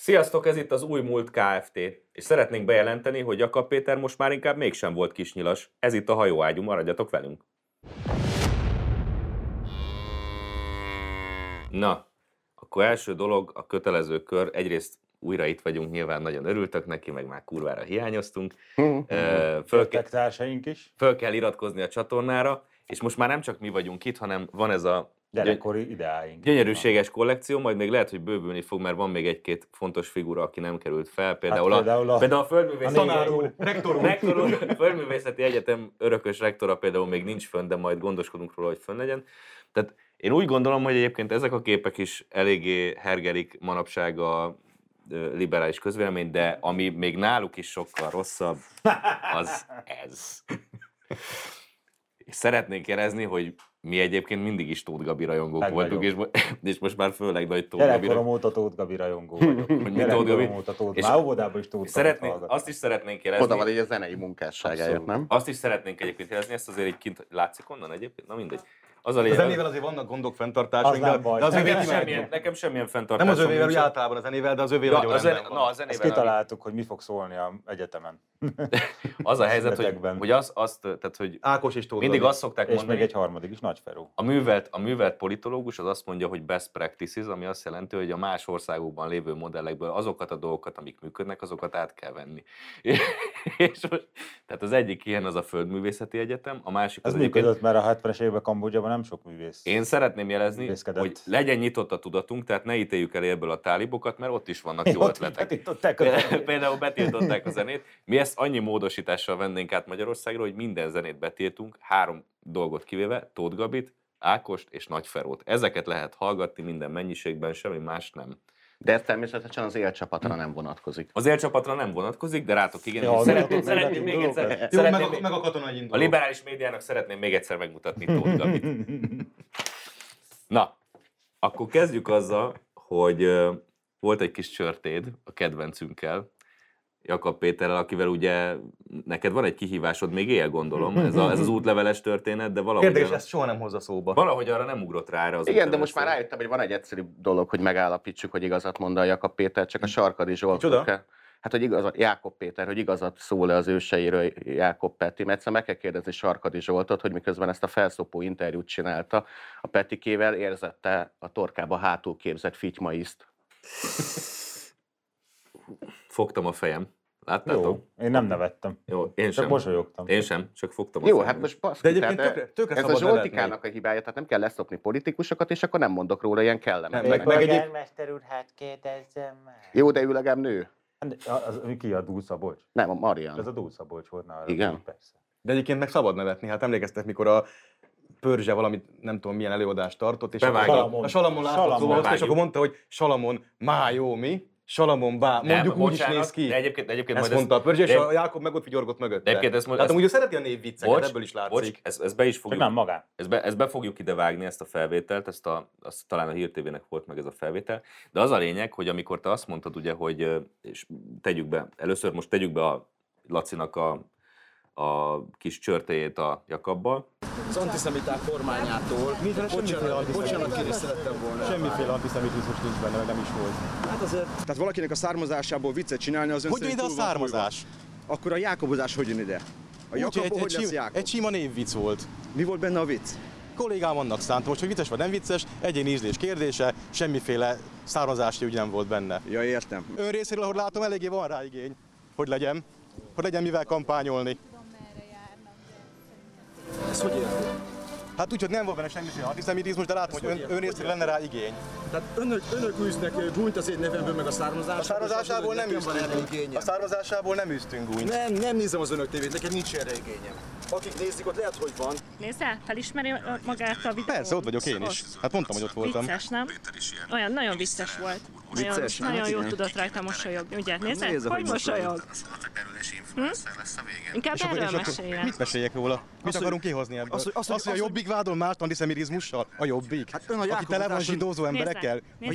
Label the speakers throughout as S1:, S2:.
S1: Sziasztok, ez itt az Új Múlt Kft. És szeretnénk bejelenteni, hogy Jakab Péter most már inkább mégsem volt kisnyilas. Ez itt a hajóágyú, maradjatok velünk. Na, akkor első dolog, a kötelező kör. Egyrészt újra itt vagyunk, nyilván nagyon örültök neki, meg már kurvára hiányoztunk. Föl kell iratkozni a csatornára, és most már nem csak mi vagyunk itt, hanem van ez a
S2: gyerekkori ideáink.
S1: Gyönyörűséges kollekció, majd még lehet, hogy bővülni fog, mert van még egy-két fontos figura, aki nem került fel. Például a Földművészeti Egyetem örökös rektora például még nincs fönn, de majd gondoskodunk róla, hogy fönn legyen. Tehát én úgy gondolom, hogy egyébként ezek a képek is eléggé hergelik manapság a liberális közvéleményt, de ami még náluk is sokkal rosszabb, az ez. És szeretnék jelezni, hogy mi egyébként mindig is Tóth Gabi rajongók voltunk, és most már főleg nagy Tóth Gabi.
S2: Gyerekkorom óta Tóth Gabi rajongó vagyok.
S1: Gyerekkorom
S2: óta Tóth. Már óvodában is Tóth Gabit hallgatom.
S1: Azt is szeretnénk jelezni.
S3: Oda van egy a zenei munkásságáért, nem?
S1: Azt is szeretnénk egyébként jelezni, ezt azért egy kint látszik onnan egyébként, na mindegy.
S4: A zenével azért vannak gondok, fenntartások, de az
S1: nekem semmilyen fenntartásom.
S4: Nem az övével, úgy általában a zenével, de az övével nagyon rendben van.
S2: Ezt kitaláltuk, hogy mi fog szólni az egyetemen.
S1: Az a helyzet, hogy
S4: Ákos és Tóth
S1: mindig azt szokták
S2: és
S1: mondani.
S2: És még egy harmadik is, Nagyferó.
S1: A művelt politológus az azt mondja, hogy best practices, ami azt jelenti, hogy a más országokban lévő modellekből azokat a dolgokat, amik működnek, azokat át kell venni. És most, tehát az egyik ilyen az a Földművészeti Egyetem, a másik
S2: az működött, mert a 70-es években Kambodzsában nem sok művész.
S1: Én szeretném jelezni, hogy legyen nyitott a tudatunk, tehát ne ítéljük el ebből a tálibokat, mert ott is vannak jó ötletek. Például betiltották a zenét. Mi ezt annyi módosítással vennénk át Magyarországra, hogy minden zenét betiltunk, 3 dolgot kivéve, Tóth Gabit, Ákost és Nagyferót. Ezeket lehet hallgatni minden mennyiségben, semmi más nem.
S3: De ez természetesen az élcsapatra nem vonatkozik.
S1: Az élcsapatra nem vonatkozik, de rátok igen. Ja, szeretném még egyszer.
S4: Meg a katonai indulók.
S1: A liberális médiának szeretném még egyszer megmutatni Tóth Gabit. Na, akkor kezdjük azzal, hogy volt egy kis csörtéd a kedvencünkkel, Jakab Péterrel, akivel ugye neked van egy kihívásod, még él gondolom, ez az útleveles történet, de valahogy...
S4: Kérdés, ezt soha nem hozza szóba.
S1: Valahogy arra nem ugrott rá erre az
S3: igen, de most már rájöttem, hogy van egy egyszerű dolog, hogy megállapítsuk, hogy igazat mond a Jakab Péter, csak a Sarkadi Zsoltot kell. Hát, hogy igazat, Jákob Péter, hogy igazat szól-e az őseiről Jákob Peti, mert egyszer meg kell kérdezni Sarkadi Zsoltot, hogy miközben ezt a felszopó interjút csinálta a Petikével, érzette a torkába hátul képzett fitymaiszt.
S1: Fogtam a fejem. Láttátok?
S2: Jó, én nem nevettem.
S1: Jó, én
S2: csak
S1: sem.
S2: Mosolyogtam.
S1: Én sem, csak fogtam a
S3: fejem.
S1: fejem.
S3: Jó, hát most baszki,
S4: de egyébként tökre
S3: ez a Zsoltikának a hibája, tehát nem kell leszopni politikusokat, és akkor nem mondok róla ilyen kellemetlen.
S2: Polgármester úr, hát kérdezzem már.
S3: Jó, de ő legalább nő.
S2: Ki a Dúl Szabolcs?
S3: Nem, a Marian.
S2: Ez a Dúl Szabolcs volt nála.
S3: Igen.
S2: Persze.
S4: De egyébként meg szabad nevetni, hát emlékeztek, mikor a Pörzse valamit, nem tudom milyen előadást tartott, és a Salamon látott szóval, és akkor mondta, hogy Salamon, jó, mi? Salamon bá, mondjuk úgy is néz ki.
S1: De egyébként
S4: ezt mondta a Pörzse, és a Jákob meg ott vigyorgott mögötte. Tehát amúgy ő szereti a névvicceket, ebből is látszik.
S1: Ezt be is fogjuk.
S2: Nem magán.
S1: Ezt be fogjuk ide vágni, ezt a felvételt, azt talán a Hír TV-nek volt meg ez a felvétel. De az a lényeg, hogy amikor te azt mondtad, ugye, hogy és először most tegyük be a Lacinak a kis csörtéjét a Jakabbal.
S5: Az antiszemiták kormányától. Bocsánat kérés szerettem volna.
S2: Semmiféle antiszemitizmus nincs benne, meg nem is volt.
S5: Hát azért. Tehát valakinek a származásából viccet csinálni az ön
S6: hogy jön ide a származás?
S5: Akkor a Jákobozás hogy jön ide? A Jakabból hogy lesz Jákob?
S6: Egy sima névvicc volt.
S5: Mi volt benne a vicc?
S6: Kollégám annak szánta, most hogy vicces vagy nem vicces, egyéni ízlés kérdése, semmiféle származási ügy nem volt benne.
S5: Ja, értem.
S6: Ön részéről, ahogy látom, eléggé van rá igény, hogy legyen mivel kampányolni.
S5: Ez hogy érti?
S6: Hát úgy, hogy nem volt benne semmiféle antiszemitizmus, de látom, hogy ön részéről lenne rá igény.
S5: Tehát önök űznek gúnyt az én nevemből, meg a származásából.
S6: A származásából nem űztünk. A származásából nem űztünk gúnyt.
S5: Nem nézem az önök tévét, nekem nincs erre igényem. Akik nézik, ott lehet, hogy van.
S7: Nézzel, felismeri magát a videót?
S6: Persze, ott vagyok én is. Hát mondtam, hogy ott voltam.
S7: Vicces, nem? Olyan, nagyon vicces volt.
S5: Vicces?
S7: Nagyon jól tudott rajta mosolyogni, ugye? Nézzel, hogy mosolyog? Inkább erről meséljen.
S6: Mit meséljek róla? Mit akarunk kihozni ebből? Az, hogy a Jobbik vádol mást antiszemitizmussal? A Jobbik?
S5: Hát ön a
S6: aki tele van zsidózó emberekkel?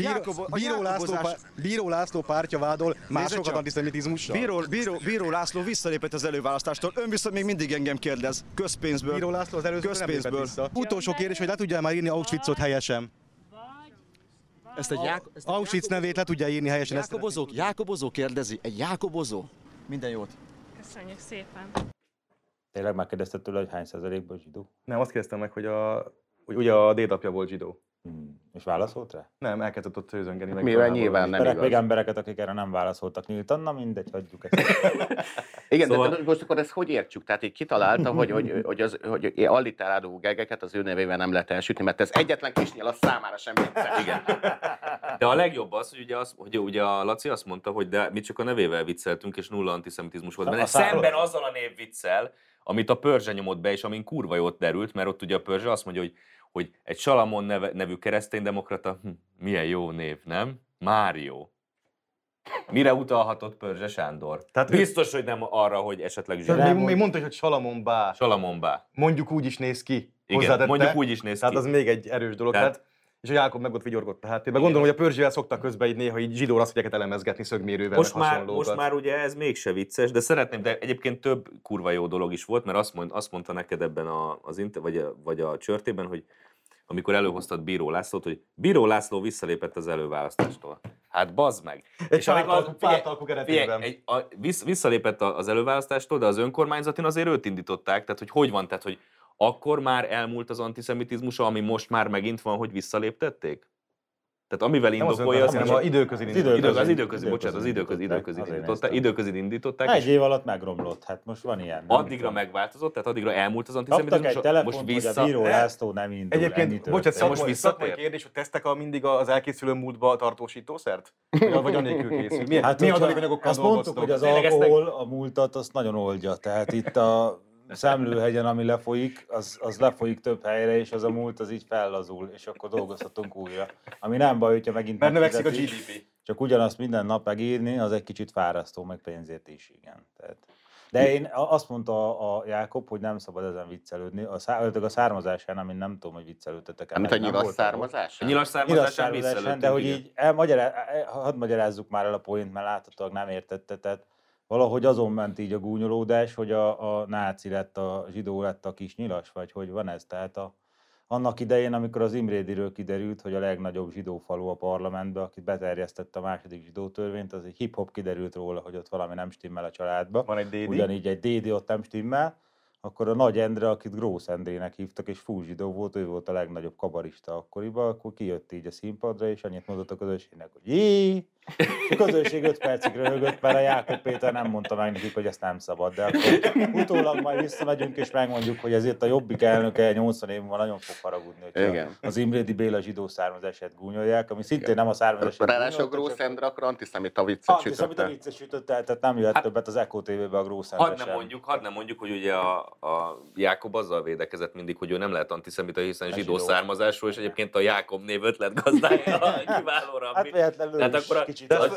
S6: Bíró László pártja vádol másokat antiszemitizmussal?
S5: Bíró László visszalépett az előválasztástól, ön viszont még mindig engem kérdez. Közpénzből.
S6: Bíró László az előző nem lépett vissza. Utolsó kérdés, hogy le tudjál már írni Auschwitzot helyesen.
S5: Ezt egy
S6: Auschwitz nevét le tudja írni helyesen.
S5: Jákobozó kérdezi. Egy Jákobozó? Minden jót.
S7: Köszönjük szépen.
S2: Tényleg megkérdezted tőle, hogy hány százalékban zsidó?
S4: Nem, azt kérdeztem meg, hogy ugye a dédapja volt zsidó.
S2: És válaszolt rá?
S4: Nem, elkezdett ott őzöngeni.
S3: Mivel nyilván nem igaz.
S2: Még embereket, akik erre nem válaszoltak nyíltan, na mindegy, hagyjuk ezt.
S3: Igen, szóval... de most akkor ezt hogy értsük? Tehát így kitalálta, hogy alliteráló gegeket az ő nevével nem lehet elsütni, mert ez egyetlen kisnyíl, az számára sem vicces.
S1: Igen. De a legjobb az, hogy ugye a Laci azt mondta, hogy de mi csak a nevével vicceltünk, és nulla antiszemitizmus volt benne. Szemben azzal a névviccel, amit a Pörzse nyomott be, és amin kurva jót derült, mert ott ugye a Pörzse azt mondja, hogy egy Salamon nevű kereszténydemokrata, milyen jó név, nem? Mário. Mire utalhatott Pörzse Sándor? Tehát biztos, hogy nem arra, hogy esetleg zsidó.
S4: Még mondta, hogy Salamon Bá.
S1: Salamon Bá.
S4: Mondjuk úgy is néz ki.
S1: Igen, mondjuk úgy is néz ki.
S4: Tehát az még egy erős dolog. Tehát, és a Jákob meg ott vigyorgott a háttérben. Gondolom, hogy a Pörzsével szoktak közben így néha így zsidó rasszfegyeket elemezgetni szögmérővel.
S1: Most már ugye ez mégse vicces, de szeretném, de egyébként több kurva jó dolog is volt, mert azt mondta neked ebben vagy a csörtében, hogy amikor előhoztad Bíró Lászlót, hogy Bíró László visszalépett az előválasztástól. Hát bazd meg!
S4: Egy pártalkú keretében.
S1: Visszalépett az előválasztástól, de az önkormányzatin azért őt indították, tehát hogy van, tehát hogy akkor már elmúlt az antiszemitizmusa, ami most már megint van, hogy visszaléptették? Tehát amivel indokolja
S4: az
S1: időközi indították.
S2: Egy év alatt megromlott, hát most van ilyen.
S1: Addigra megváltozott, tehát addigra elmúlt az antiszemitizmus.
S2: Kaptak egy telefont, hogy a Bíró László nem indul.
S4: Egyébként, bocsánat, most szakmai kérdés, hogy tesztek mindig az elkészülő múltba tartósítószert? Vagy anélkül készül? Mi adalékanyagokkal
S2: azt mondtuk, hogy az alkohol a múltat azt nagyon oldja. Tehát itt a Szemlőhegyen, ami lefolyik, az lefolyik több helyre, és az a múlt az így fellazul, és akkor dolgozhatunk újra. Ami nem baj, hogyha megint
S4: mert növekszik a GDP.
S2: Csak ugyanazt minden nap megírni, az egy kicsit fárasztó, meg pénzért is, igen. Tehát. De én azt mondta a Jákob, hogy nem szabad ezen viccelődni. A származásán, amin nem tudom, hogy viccelődtetek.
S3: Amit a nyilas származásán?
S1: A nyilas származásán viccelődtünk.
S2: De hogy így hadd magyarázzuk már el a poént, mert láthatóan nem értette. Tehát valahogy azon ment így a gúnyolódás, hogy a náci lett, a zsidó lett a kis nyilas, vagy hogy van ez? Tehát annak idején, amikor az Imrédiről kiderült, hogy a legnagyobb zsidó falu a parlamentben, akit beterjesztette a második zsidó törvényt, az egy hip-hop kiderült róla, hogy ott valami nem stimmel a családba.
S4: Van egy Dédi.
S2: Ugyanígy egy Dédi ott nem stimmel. Akkor a Nagy Endre, akit Grósz Endrének hívtak, és full zsidó volt, ő volt a legnagyobb kabarista akkoriban, akkor kijött így a színpadra, és annyit mondott a közönségnek, hogy jé! A közönség 5 percig röhögött, mert a Jákob Péter nem mondta meg nekik, hogy ezt nem szabad. De akkor utólag majd visszamegyünk, és megmondjuk, hogy ezért a Jobbik elnöke 80 év múlva nagyon fog haragudni, hogy az Imrédi Béla zsidó származását gúnyolják, ami szintén nem a származását.
S3: Ráadásul a Grósz Endre akkor antiszemita viccet sütötte.
S2: Antiszemita viccet sütötte, tehát nem jöhet többet az Echo TV-be a Grósz Endre sem.
S1: Hadd nem mondjuk, hogy ugye a Jákob azzal védekezett mindig, hogy ő nem lehet antiszemita, hiszen zsidó származású, és egyébként a Jákob név ötletgazdája kiváló rabbi.
S2: Tehát akkor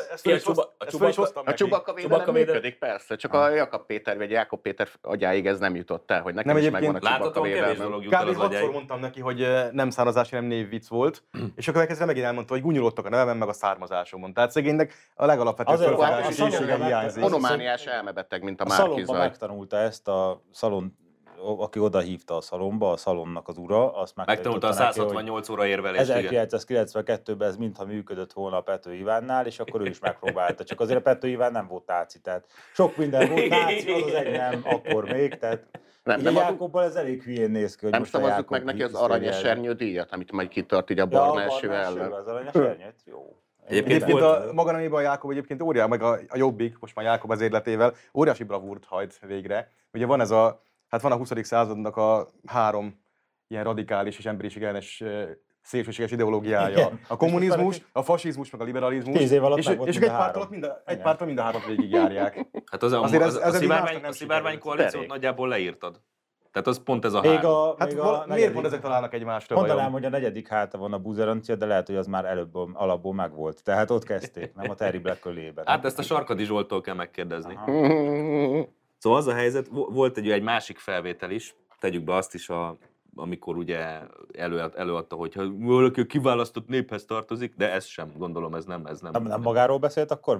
S3: a Csubakka védelem működik, persze, csak a Jakab Péter vagy Jákob Péter agyáig ez nem jutott el, hogy nekem is megvan a Csubakka védelmem.
S4: Kb. 6-szor mondtam neki, hogy nem származási, nem névvicc volt, és akkor elkezdve megint elmondta, hogy gúnyolódtak a nevemben, meg a származásomon. Tehát szegénynek a legalapvetőbb fölfogási ténysége hiányzik.
S3: Monomániás elmebeteg, mint a Márki Zaj.
S2: Szalonban megtanulta ezt a Szalon, aki oda hívta a Szalonba, a Szalonnak az ura, azt
S1: megtanulta a 168 óra érvelést.
S2: 1992-ben ez mintha működött volna a Pető Ivánnál, és akkor ő is megpróbálta. Csak azért a Pető Iván nem volt náci, tehát sok minden volt náci, az egy nem, akkor még, tehát nem Jákobbal ez elég hülyén néz ki, hogy
S3: nem
S2: most
S3: szavazzuk meg neki az aranyesernyő díjat, amit majd kitart így a Barna-eső ellen.
S2: Az aranyesernyőt, jó.
S4: Egyébként a maga nemében a Jákob egyébként óriási, meg a Jobbik, most már Jákob az érletével, óriási bravúrt hajt végre. Ugye van ez van a 20. századnak a 3 ilyen radikális és emberiségellenes szélsőséges ideológiája. Igen. A kommunizmus, a fasizmus, meg a liberalizmus.
S2: 10 év alatt
S4: és egy párt alatt mind a 3 végigjárják.
S1: Hát a szivárvány koalíciót nagyjából leírtad. Tehát az pont ez a
S4: 3. Miért pont ezek találnak egymásra?
S2: Mondanám, hogy a 4. háta van a buzerancia, de lehet, hogy az már előbb alapból megvolt. Tehát ott kezdték, nem a Terry Black kölében.
S1: Hát ezt a Sarkadi Zsolttól kell megkérdezni. Szóval az a helyzet, volt egy másik felvétel is, tegyük be azt is, amikor ugye előadta, hogy valaki kiválasztott néphez tartozik, de ez sem, gondolom, ez nem.
S2: Nem magáról beszélt akkor még?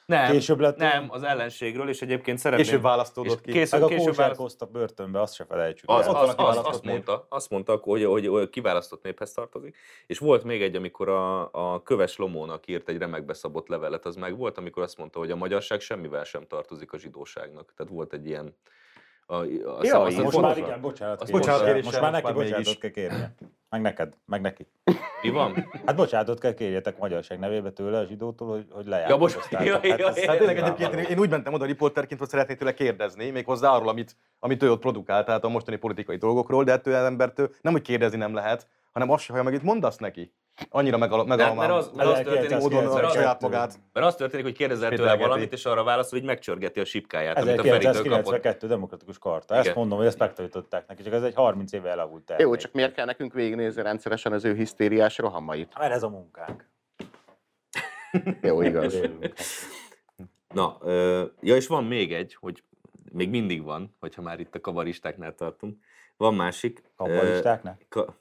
S2: Később lett
S1: nem, az ellenségről, és egyébként szeretném...
S4: Később választódott ki.
S2: Meg a Kósárkoztak börtönbe, azt se felejtsük.
S1: Azt mondta, hogy kiválasztott néphez tartozik. És volt még egy, amikor a Köves Lomónak írt egy remekbe szabott levelet, az meg volt, amikor azt mondta, hogy a magyarság semmivel sem tartozik a zsidóságnak. Tehát volt egy ilyen...
S2: Most már igen, bocsánat. Most már neki bocsánatot kell kérnie. Meg neked, meg neki.
S1: Mi van?
S2: Hát bocsánatot kell kérjetek magyarság nevébe tőle a zsidótól, hogy lejárkoztatták.
S4: Hát tényleg egyébként én úgy mentem oda riporterként, hogy szeretnék tőle kérdezni, méghozzá arról, amit ő ott produkált, tehát a mostani politikai dolgokról, de ettől az embertől nem, hogy kérdezni nem lehet, hanem azt se hallja meg, itt mondasz neki. Annyira megalmám.
S1: Mert az történik
S4: módon a saját magát.
S1: Mert az történik, hogy kérdezel tőle valamit, és arra válaszol, hogy megcsörgeti a sipkáját, amit a Feritől kapott.
S2: 1992 demokratikus karta. Ezt mondom, hogy ezt megtanították neki, csak ez egy 30 éve elavult termék.
S3: Jó, csak miért kell nekünk végignézni rendszeresen az ő hisztériás rohamait?
S2: Mert ez a munkánk.
S3: Jó, igaz.
S1: Na, és van még egy, hogy még mindig van, hogyha már itt a kabaristáknál tartunk. Van másik.
S2: Kabaristáknál?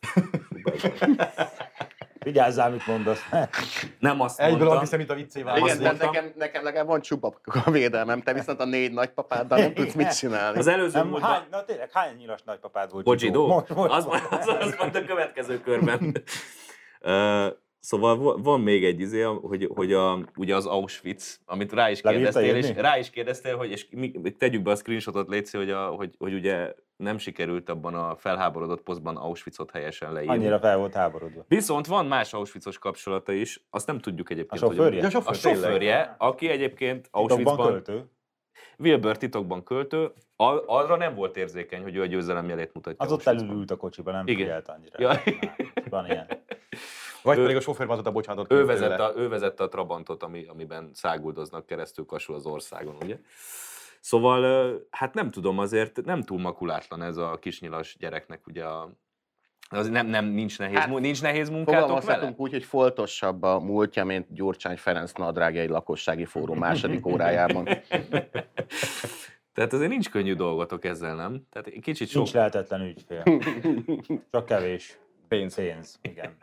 S2: Vigyázzál, mit mondasz.
S1: Nem azt
S4: egyből
S1: mondtam.
S4: hiszem, mint a viccével.
S3: Igen, de nekem legalább van csupa a védelmem, te viszont a 4 nagypapáddal nem tudsz mit csinálni.
S1: Az előző múltban...
S2: Na tényleg, hány nyilas nagypapád volt?
S1: Bodzsidó? Az majd a következő körben. Szóval van még egy izé, hogy ugye az Auschwitz, amit rá is kérdeztél, hogy és tegyük be a screenshotot, Léci, hogy ugye nem sikerült abban a felháborodott posztban Auschwitzot helyesen leírni.
S2: Annyira fel volt háborodva.
S1: Viszont van más Auschwitzos kapcsolata is, azt nem tudjuk egyébként.
S2: A sofőrje?
S1: A sofőrje, aki egyébként Auschwitzban...
S2: költő.
S1: Wilbur titokban költő, arra nem volt érzékeny, hogy ő a győzelemjelét mutatja.
S2: Az ott elülült a kocsiba, nem figyelt annyira.
S1: Ja.
S2: Van ilyen.
S4: Vagy pedig a sofőr adott a bocsánatot.
S1: Ő vezette a Trabantot, amiben száguldoznak keresztül Kasul az országon, ugye? Szóval, hát nem tudom, azért nem túl makulátlan ez a kisnyilas gyereknek, ugye az nincs nehéz munkátok vele?
S3: Úgy, hogy foltosabb a múltja, mint Gyurcsány Ferenc nadrágjai lakossági fórum második órájában.
S1: Tehát azért nincs könnyű dolgotok ezzel, nem? Tehát kicsit sok...
S2: Nincs lehetetlen ügyfél. Csak kevés. Pénz. Igen.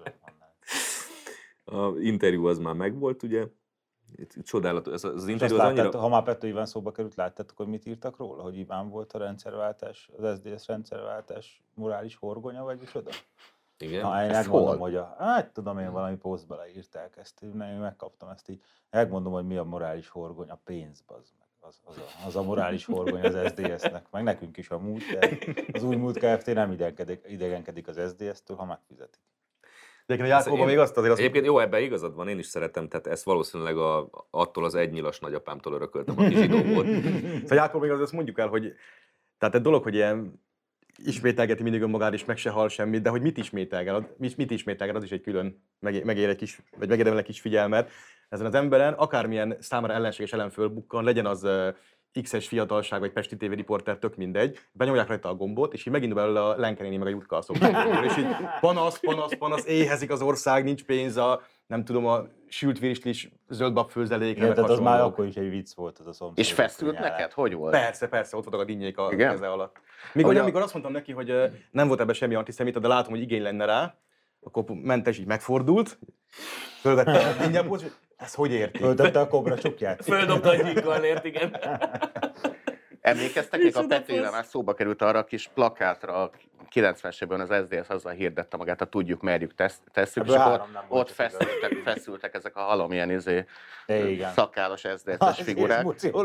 S1: A interjú az már megvolt, ugye? Csodálatos. Az interjú az annyira...
S2: Ha már Pető Iván szóba került, láttátok, hogy mit írtak róla? Hogy Iván volt a rendszerváltás, az SZDSZ rendszerváltás morális horgonya, vagy micsoda?
S1: Igen.
S2: Na, én megmondom, hogy tudom én, valami posztba leírták ezt, én megkaptam ezt így. Megmondom, hogy mi a morális horgony, a pénz, az a morális horgony az SZDSZ-nek, meg nekünk is amúgy, de az új múlt Kft. Nem idegenkedik az SZDSZ-től, ha megfizetik.
S1: Egyébként jó, ebben igazad van, én is szeretem, tehát ezt valószínűleg attól az egynyilas nagyapámtól örököltem, aki zsidó volt.
S4: Szóval Jákob, még azt mondjuk el, hogy tehát egy dolog, hogy ilyen ismételgeti mindig önmagát és meg se hall semmit, de hogy mit ismételgel, az is egy külön megér egy kis, vagy megérdemel egy kis figyelmet. Ezen az emberen akármilyen számára ellenséges elem fölbukkan, legyen az X-es fiatalság, vagy Pesti TV riporter, tök mindegy, benyomják rajta a gombot, és így megint belőle a Lenke néni meg a Jutka és így panasz, éhezik az ország, nincs pénz a, nem tudom, a sült virslis zöldbab főzelékre.
S2: Igen, tehát az már akkor is egy vicc volt az a szomszéd.
S3: És feszült neked? Hogy volt?
S4: Persze, ott voltak a dinnyék a keze alatt. Amikor azt mondtam neki, hogy nem volt ebben semmi antiszemita, de látom, hogy igény lenne rá, akkor mente és így megfordult, fölvette a dinnyapót, és ezt hogy érti?
S2: Föltette a kobra csukját.
S1: Földobta egy gyíkkalért, igen.
S3: Emlékeztek, a Petővel már szóba került arra a kis plakátra, a 90-es évben az SZDSZ azzal hirdette magát, a tudjuk, merjük, tesszük, és akkor ott feszültek ezek a halomilyen szakállas SZDSZ-es figurák.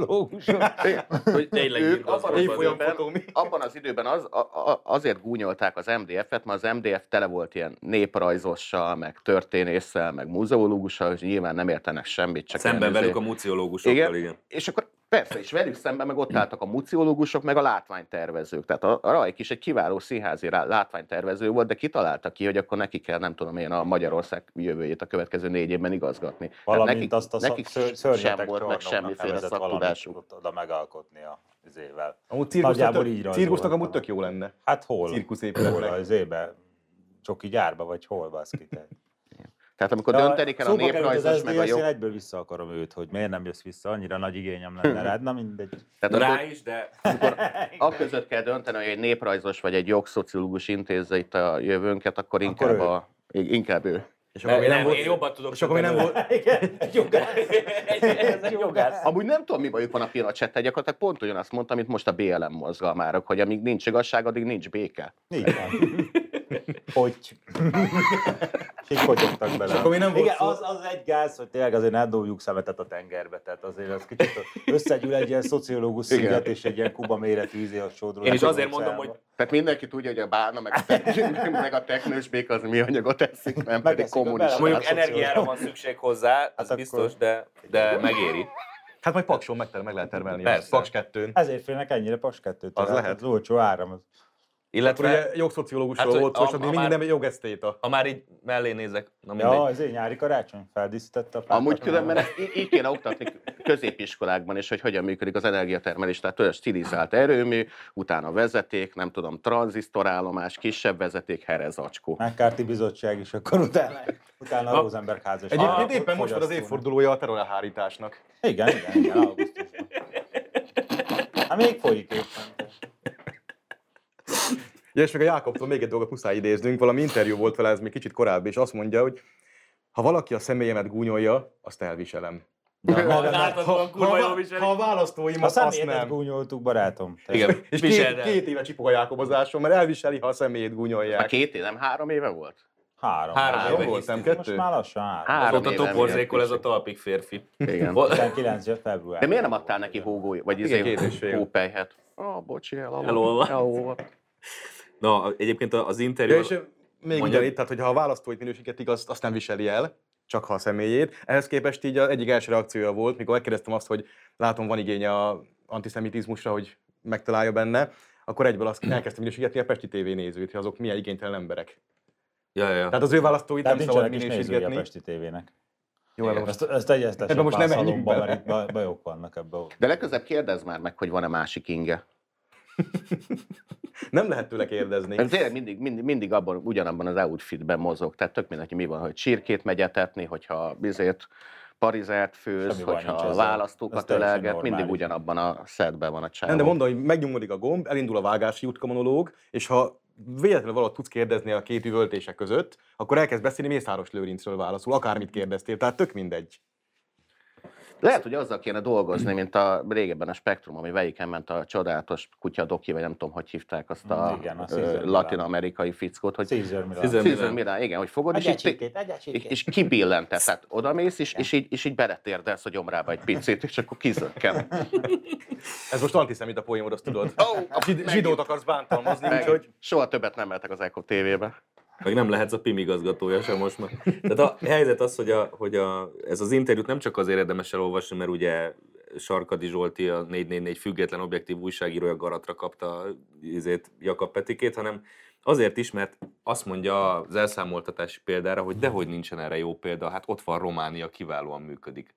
S3: Abban az időben azért gúnyolták az MDF-et, mert az MDF tele volt ilyen néprajzossal, meg történésszel, meg muzeológussal, és nyilván nem értenek semmit. Csak
S1: szemben velük a muzeológusokkal, igen.
S3: És akkor persze, és velük szemben meg ott álltak a muzeológusok, meg a látványtervezők. Tehát a Rajk is egy kiváló színházi látványtervező volt, de kitalálta ki, hogy akkor neki kell, nem tudom én, a Magyarország jövőjét a következő 4 évben igazgatni.
S2: Valamint azt a
S3: sem volt meg semmiféle szaktudásuk.
S2: Oda megalkotni az évvel.
S4: Amúgy cirkusznak amúgy tök jó lenne.
S2: Hát hol?
S4: Cirkuszépületnek.
S2: Hol az évben? Csoki gyárba, vagy hol, baszki?
S3: Tehát amikor dönteni kell a néprajzos meg a jó...
S2: Én egyből vissza akarom őt, hogy miért nem jössz vissza, annyira nagy igényem lenne rád, na mindegy.
S3: Tehát
S1: rá is, de...
S3: Amikor akközött kell dönteni, hogy egy néprajzos vagy egy jogszociológus intézze itt a jövőnket, akkor inkább ő.
S1: És akkor én jobban tudok.
S4: És akkor nem volt.
S2: Igen,
S7: jogász.
S3: Amúgy nem tudom, mi bajuk van a Pinochet-tel, gyakorlatilag pont ugyanazt mondta, amit most a BLM mozgalmárok, hogy amíg nincs igazság, addig nincs béke.
S2: Így van. Hogy? És így fogyogtak bele.
S4: Akkor nem
S2: igen, az egy gáz, hogy tényleg azért ne dobjuk szemetet a tengerbe, tehát azért az kicsit összegyűl egy ilyen szociológus sziget és egy ilyen Kuba méretű ízé a sodról.
S1: Én is azért mondom, hogy...
S3: Tehát mindenki tudja, hogy a bálna meg a teknős béka az mi anyagot eszik, nem pedig kommunista.
S1: Mondjuk energiára van szükség hozzá, az hát biztos, de megéri.
S4: Hát majd Pakson meg lehet termelni.
S1: Persze.
S4: Paks 2-n.
S2: Ezért félnek ennyire Paks 2-től.
S4: Az lehet.
S2: Az olcsó áram.
S4: Illetve ugye jogszociológusról volt szó, és mindig nem jogesztéta.
S1: Ha már így mellé nézek, na mindegy.
S2: Ja, ez egy nyári karácsony feldíszítette a pápát.
S3: Amúgy különben így kéne oktatni középiskolákban is, hogy hogyan működik az energiatermelés. Tehát olyan stilizált erőmű, utána vezeték, nem tudom, tranzisztorállomás, kisebb vezeték, herezacskó.
S2: McCarthy bizottság is, akkor utána a Rosenberg házasság.
S4: Egyébként éppen most van az évfordulója a terrorelhárításnak.
S2: Igen, augusztusban. Hát még folyik éppen.
S4: Ja, és meg a Jákobtól még egy dolgot muszáj idéznünk, valami interjú volt vele, ez még kicsit korábbi, és azt mondja, hogy ha valaki a személyemet gúnyolja, azt elviselem. Ha a választóimat azt nem. A
S2: személyedet gúnyoltuk, barátom.
S1: Igen,
S4: és két éve csipog a Jákobozáson, mert elviseli, ha a személyét gúnyolják.
S3: A 2 év, nem 3 éve volt?
S2: 3
S1: éve
S4: volt, nem 2?
S2: Most már lassan 3.
S1: Azóta toporzékol ez a talpig férfi.
S3: Igen.
S2: 19. február.
S3: De miért nem adtál neki hógó, vagy hópelyhet? Bocsi, elolva.
S1: Na, egyébként az interjú...
S4: És még ugyanitt, tehát hogyha a választóit minősítetik, azt nem viseli el, csak ha a személyét. Ehhez képest így az egyik első reakciója volt, mikor megkérdeztem azt, hogy látom, van igény a antiszemitizmusra, hogy megtalálja benne, akkor egyből azt elkezdtem minősítetni a Pesti TV nézőt, hogy azok milyen igénytelen emberek.
S1: Ja.
S4: Tehát az ő választóit nem szabad minősíteni.
S2: A Pesti TV-nek.
S4: Jó,
S2: ezt egyeztessük
S4: most nem menjünk
S2: bele. Mert itt bajok vannak ebben.
S3: De legközelebb kérdezz már meg, hogy van-e másik inge.
S4: Nem lehet tőle kérdezni.
S3: Tényleg mindig ugyanabban az outfitben mozog. Tehát tök mindenki mi van, hogy csirkét megy etetni, hogyha parizert főz, hogyha a választókat ölelget, mindig ugyanabban a setben van a csávó.
S4: Nem, de mondom, hogy megnyomódik a gomb, elindul a vágási jutka monológ, és ha véletlenül valahogy tudsz kérdezni a két üvöltések között, akkor elkezd beszélni, Mészáros Lőrincről válaszol, akármit kérdeztél, tehát tök mindegy.
S3: Lehet, hogy azzal kéne dolgozni, mint a régebben a Spektrum, ami velyiken ment a csodálatos kutyadoki, vagy nem tudom, hogy hívták azt a latin-amerikai fickót, hogy Caesar Milán, igen, hogy fogod, és kibillentett, tehát odamész, és így beletérdelsz a gyomrába egy picit, és akkor kizökken.
S4: Ez most antiszemita poémod, azt tudod? Zsidót akarsz bántalmazni, úgyhogy...
S3: Soha többet nem mehetek az Eko TV-be.
S1: Meg nem lehetsz a PIM igazgatója sem most már. Tehát a helyzet az, hogy ez az interjút nem csak azért érdemes elolvasni, mert ugye Sarkady Zsolti, a 444 független objektív újságírója garatra kapta Jakab Petikét, hanem azért is, mert azt mondja az elszámoltatási példára, hogy dehogy nincsen erre jó példa, hát ott van Románia, kiválóan működik.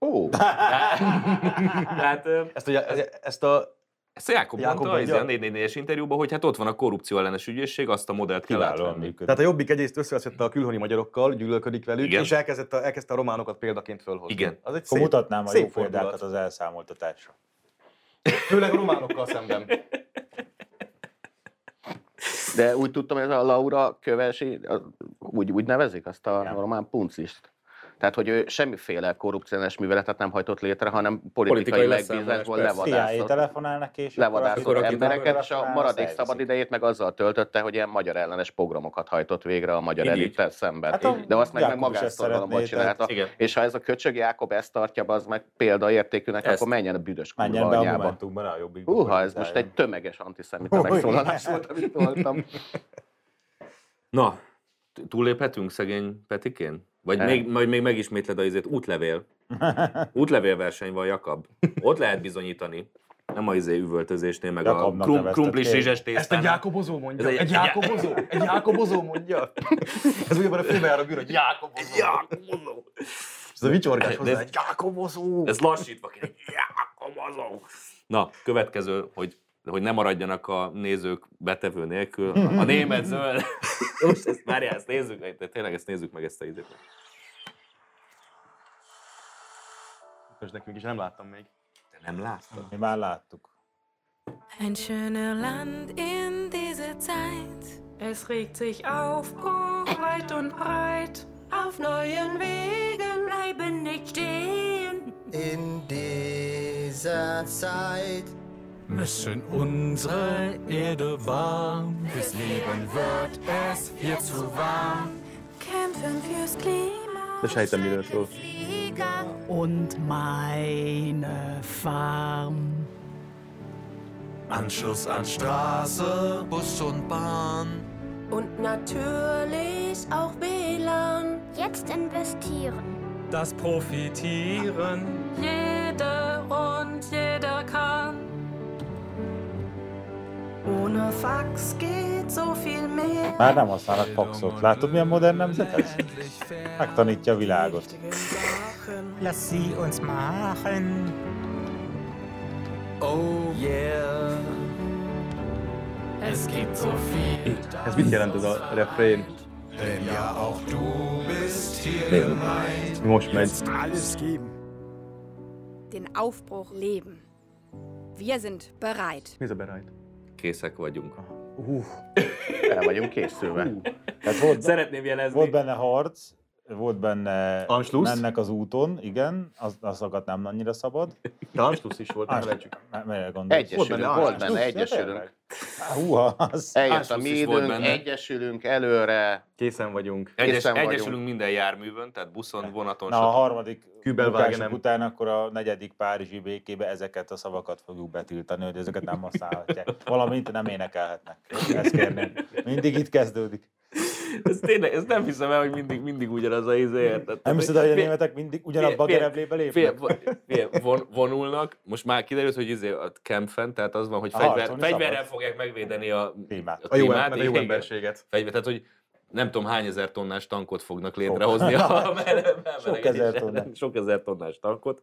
S1: Tehát, ezt a Jákob mondta a 444-es interjúban, hogy hát ott van a korrupció ellenes ügyészség, azt a modellt kell átvenni.
S4: Tehát a Jobbik egyrészt összeveszett a külhoni magyarokkal, gyűlölködik velük, igen. És elkezdte a románokat példaként fölhozni.
S1: Igen.
S2: Az egy szép, mutatnám a jó példákat az elszámoltatásra.
S4: Főleg a románokkal szemben.
S3: De úgy tudtam, hogy ez a Laura Kövesi, úgy nevezik azt a román puncist. Tehát, hogy ő semmiféle korrupciós műveletet nem hajtott létre, hanem politikai megbízásból levadászott embereket, és a maradék szabadidejét meg azzal töltötte, hogy ilyen magyar ellenes pogromokat hajtott végre a magyar elittel szemben. Hát de azt meg magásszorgalomban csinálta. És ha ez a köcsög Jákob ezt tartja, az meg példaértékűnek, akkor menjen a büdös kurva anyába. Ez most egy tömeges antiszemita megszólalás volt, amit voltam.
S1: Na, túlléphetünk szegény Petikén? Vagy még megismétled az útlevél. Útlevélverseny van, Jakab. Ott lehet bizonyítani. Nem a üvöltözésnél, meg Jakabnak a krumplis rizses tésztán.
S4: Ezt egy Jákobozó mondja? Egy Jákobozó mondja? Ez ugyebben a főbejára bűr, hogy Jákobozó. Ez a vicsorgás hozzá, egy Jákobozó.
S1: Ez lassítva kéne, Jákobozó. Na, következő, hogy ne maradjanak a nézők betevő nélkül. A német zöld. Most ezt nézzük meg, tényleg ezt nézzük meg, ezt a időt.
S4: Most nekünk is nem láttam még.
S1: Te nem láttad?
S2: Mi már láttuk.
S8: Ein schöner Land in dieser Zeit. Es regt sich auf, weit und breit. Auf neuen Wegen bleiben nicht stehen.
S9: In dieser Zeit
S10: müssen unsere Erde warm. Fürs Leben wird es hier zu warm.
S8: Kämpfen fürs Klima.
S4: De sejtem, miről szól.
S10: Und meine Farm. Anschluss an Straße, Bus und Bahn.
S8: Und natürlich auch WLAN.
S11: Jetzt investieren.
S10: Das Profitieren.
S8: Jede und jeder kann. Ohne Fax geht so viel mehr.
S2: Már nem használnak faxot. Látod, milyen modern nemzet ez? Megtanítja a világot.
S10: Lass sie uns machen. Oh yeah. Es gibt so viel.
S4: Ez mit jelent ez a refrén?
S10: Denn ja auch du bist hier gemeint.
S4: Most megy.
S10: Alles geben.
S12: Den Aufbruch leben. Wir sind bereit.
S4: Mi ez a bereit?
S1: Készek vagyunk.
S3: El vagyunk készülve.
S1: Szeretném jelezni.
S2: Volt benne harc, volt benne mennek az úton, igen, azokat nem annyira szabad.
S4: De Anschluss is volt, nem felejtsük.
S2: Mire gondolsz?
S3: Volt benne, egyesülünk.
S2: Húha, az...
S3: Eljött a mi időnk, egyesülünk előre.
S4: Készen vagyunk.
S1: Egyesülünk minden járművön, tehát buszon, vonaton.
S2: Na, a harmadik bukások után akkor a negyedik párizsi békébe ezeket a szavakat fogjuk betiltani, hogy ezeket nem használhatják. Valamint nem énekelhetnek. Ezt kérném. Mindig itt kezdődik.
S1: Ez tényleg, ezt nem hiszem el, hogy mindig ugyanaz a érted.
S2: Nem hiszed, hogy a németek mindig ugyanabba a gereblébe lépnek?
S1: Vonulnak, most már kiderült, hogy a Kempfen, tehát az van, hogy fegyverrel fogják megvédeni a klímát.
S4: A jó emberséget.
S1: Tehát, hogy nem tudom hány ezer tonnás tankot fognak létrehozni. Sok ezer tonnás tankot.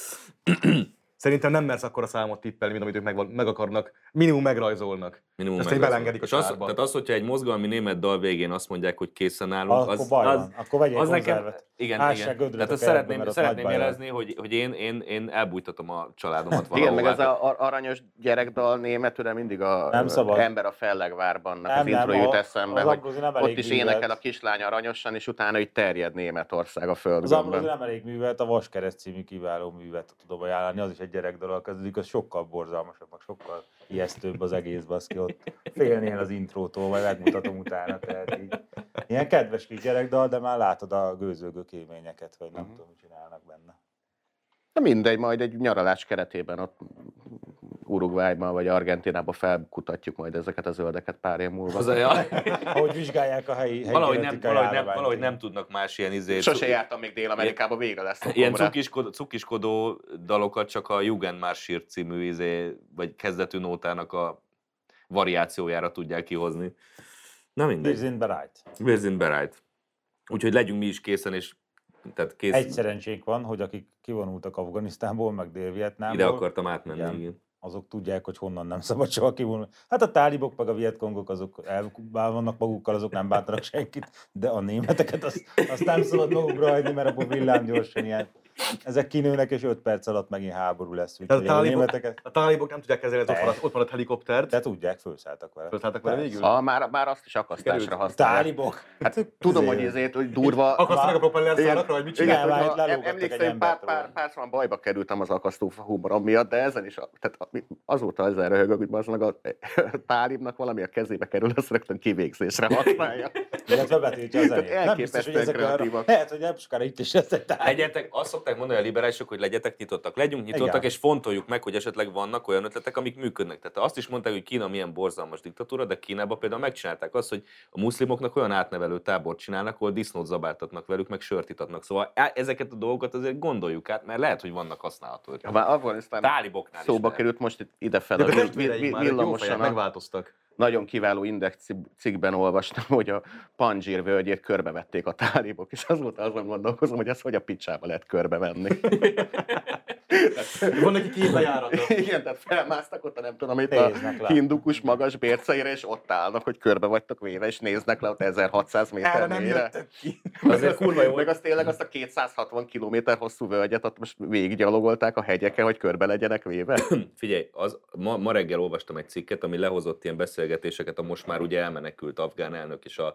S4: Szerintem nem mersz akkora számot tippelni, mint amit ők meg akarnak, minimum megrajzolnak. Ezt így belengedik a sárba.
S1: Tehát az, hogyha egy mozgalmi német dal végén azt mondják, hogy készen állunk,
S2: akkor baj van. Akkor vegyél konzervet.
S1: Igen. Tehát azt szeretném jelezni, hogy én elbújtatom a családomat valahol.
S3: Igen, meg ez az aranyos gyerekdal németül, mindig az ember a Fellegvárban az intro jut eszembe, hogy ott is énekel a kislány aranyosan, és utána így terjed Németország a földön.
S2: Az Ambrózi nem elég művelt, a Vaskereszt című kiváló művet tudom ajánlani, az is egy gyerekdalal kezdődik, az sokkal borzalmasabb, sokkal ijesztőbb az egész, baszki, ott félnél az intrótól, vagy megmutatom utána, tehát így. Ilyen kedves kis gyerekdal, de már látod a gőzölgő kéményeket, vagy nem tudom, mit csinálnak benne.
S3: De mindegy, majd egy nyaralás keretében ott Uruguayban vagy Argentinában felkutatjuk majd ezeket a zöldeket pár év múlva.
S2: Ahogy vizsgálják a helyi
S1: valahogy nem tudnak más ilyen izét.
S3: Sose jártam még Dél-Amerikában, végre lesz.
S1: Ilyen cukiskodó dalokat csak a Jugendmarsch című vagy kezdetű nótának a variációjára tudják kihozni. Na mindegy. Wir sind bereit. Úgyhogy legyünk mi is készen, és tehát
S2: egy szerencsénk van, hogy akik kivonultak Afganisztánból, meg Dél-Vietnámból.
S1: Ide akartam átmenni, igen.
S2: Azok tudják, hogy honnan nem szabad soha kivonulni. Hát a tálibok, meg a vietkongok, azok vannak magukkal, azok nem bántanak senkit, de a németeket azt nem szabad magukra hagyni, mert abból villámgyorsan ilyen. Ezek kinőnek, és 5 perc alatt megint háború lesz.
S4: A tálibok nem tudják kezelni az ott maradt helikoptert.
S2: De tudják, fölszálltak vele.
S4: Fölszálltak vele végül?
S3: Már azt is akasztásra használják.
S2: Tálibok?
S3: Hát tudom, hogy ezért, hogy durva...
S4: Akasztanak a propellerszállakra, vagy mit csináltak?
S3: Emlékszem, párszor bajba kerültem az akasztófa humorom miatt, de ezen is, tehát azóta ezzel röhögök, hogy az meg a tálibnak valami a kezébe kerül, azt rögtön kivégzésre használja.
S2: Illetve betiltja a zenét. Nem biztos, hogy ezek kreatívak. Lehet, hogy nem sokára itt is lesz egy
S1: tálib. Azt szokták mondani a liberálisok, hogy legyetek nyitottak. Legyünk nyitottak, igen. És fontoljuk meg, hogy esetleg vannak olyan ötletek, amik működnek. Tehát azt is mondták, hogy Kína milyen borzalmas diktatúra, de Kínában például megcsinálták azt, hogy a muszlimoknak olyan átnevelő tábort csinálnak, ahol disznót zabáltatnak velük, meg sört itatnak. Szóval ezeket a dolgokat azért gondoljuk át, mert lehet, hogy vannak használható ötletek. Táliboknál
S3: szóba került most idefele.
S4: Villamosan megváltoztak.
S3: Nagyon kiváló Index cikkben olvastam, hogy a Panjshir völgyét körbevették a tálibok, és azóta azon gondolkozom, hogy ezt hogy a picsába lehet körbevenni.
S4: Van neki két bejárata.
S3: Igen, tehát felmásztak ott, nem tudom, itt a hindukus magas bérceire, és ott állnak, hogy körbe vagytok véve, és néznek le ott 1600 méter mélyre.
S1: Azért kurva jó.
S3: Meg az tényleg azt a 260 kilométer hosszú völgyet ott most végiggyalogolták a hegyeken, hogy körbe legyenek véve.
S1: Figyelj, ma reggel olvastam egy cikket, ami lehozott ilyen beszélgetéseket a most már ugye elmenekült afgán elnök és a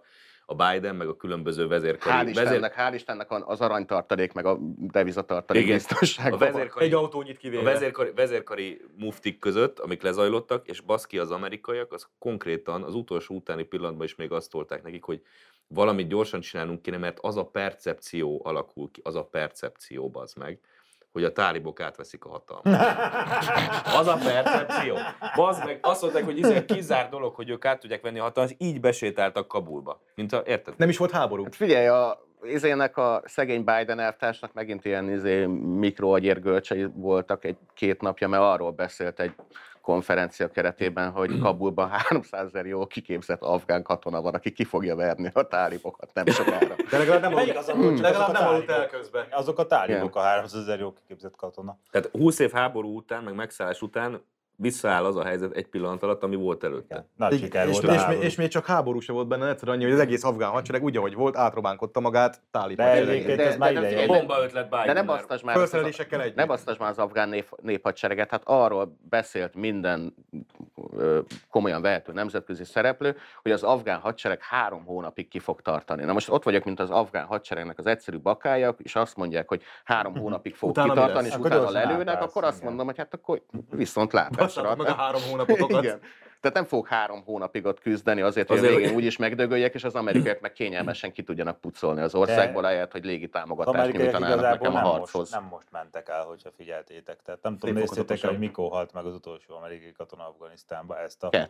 S1: a Biden, meg a különböző vezérkari...
S3: Hál' Istennek az aranytartalék, meg a devizatartalék biztonságban.
S4: Egy autónyit kivéve.
S1: A vezérkari muftik között, amik lezajlottak, és baszki az amerikaiak, az konkrétan az utolsó utáni pillanatban is még azt tolták nekik, hogy valamit gyorsan csinálnunk kéne, mert az a percepció alakul ki, az a percepció, bazd meg, hogy a tálibok átveszik a hatalmat. Az a percepció. Bazd meg, azt mondták, hogy ez egy kizárt dolog, hogy ők át tudják venni a hatalmat, így besétáltak Kabulba. Érted?
S4: Nem is volt háború.
S3: Hát figyelj, a szegény Biden elvtársnak megint ilyen mikroagyérgölcsei voltak két napja, mert arról beszélt egy konferencia keretében, hogy Kabulban 300 000 jól kiképzett afgán katona van, aki ki fogja verni a tálibokat nem sokára.
S4: De legalább nem aludt el közben.
S2: Azok a tálibok a 300 000 jól kiképzett katona.
S1: Tehát 20 év háború után, meg megszállás után visszaáll az a helyzet egy pillanat alatt, ami volt előtte.
S4: És még csak háború se volt benne, egyszerűen annyi, hogy az egész afgán hadsereg úgy, ahogy volt, átrobánkodta magát tálibok.
S1: De bomba ötlet Biden.
S3: De ne basztasd már az afgán néphadsereget, hát arról beszélt minden komolyan vehető nemzetközi szereplő, hogy az afgán hadsereg 3 hónapig ki fog tartani. Na most ott vagyok, mint az afgán hadseregnek az egyszerű bakája, és azt mondják, hogy 3 hónapig fog kitartani, és utána lelőnek, akkor azt mondom, hogy hát akkor viszont látásra.
S4: Meg a 3 hónapotokat.
S3: Igen. Tehát nem fog 3 hónapig ott küzdeni azért, hogy a végén úgyis megdögöljek, és az amerikaiak meg kényelmesen ki tudjanak pucolni az országból, ahelyett, hogy légi támogatást nyújtanának nekem a harchoz.
S2: Nem most mentek el, hogyha figyeltétek. Tehát nem tudom, néztétek, hogy mikor halt meg az utolsó amerikai katona Afganisztánban. Ezt a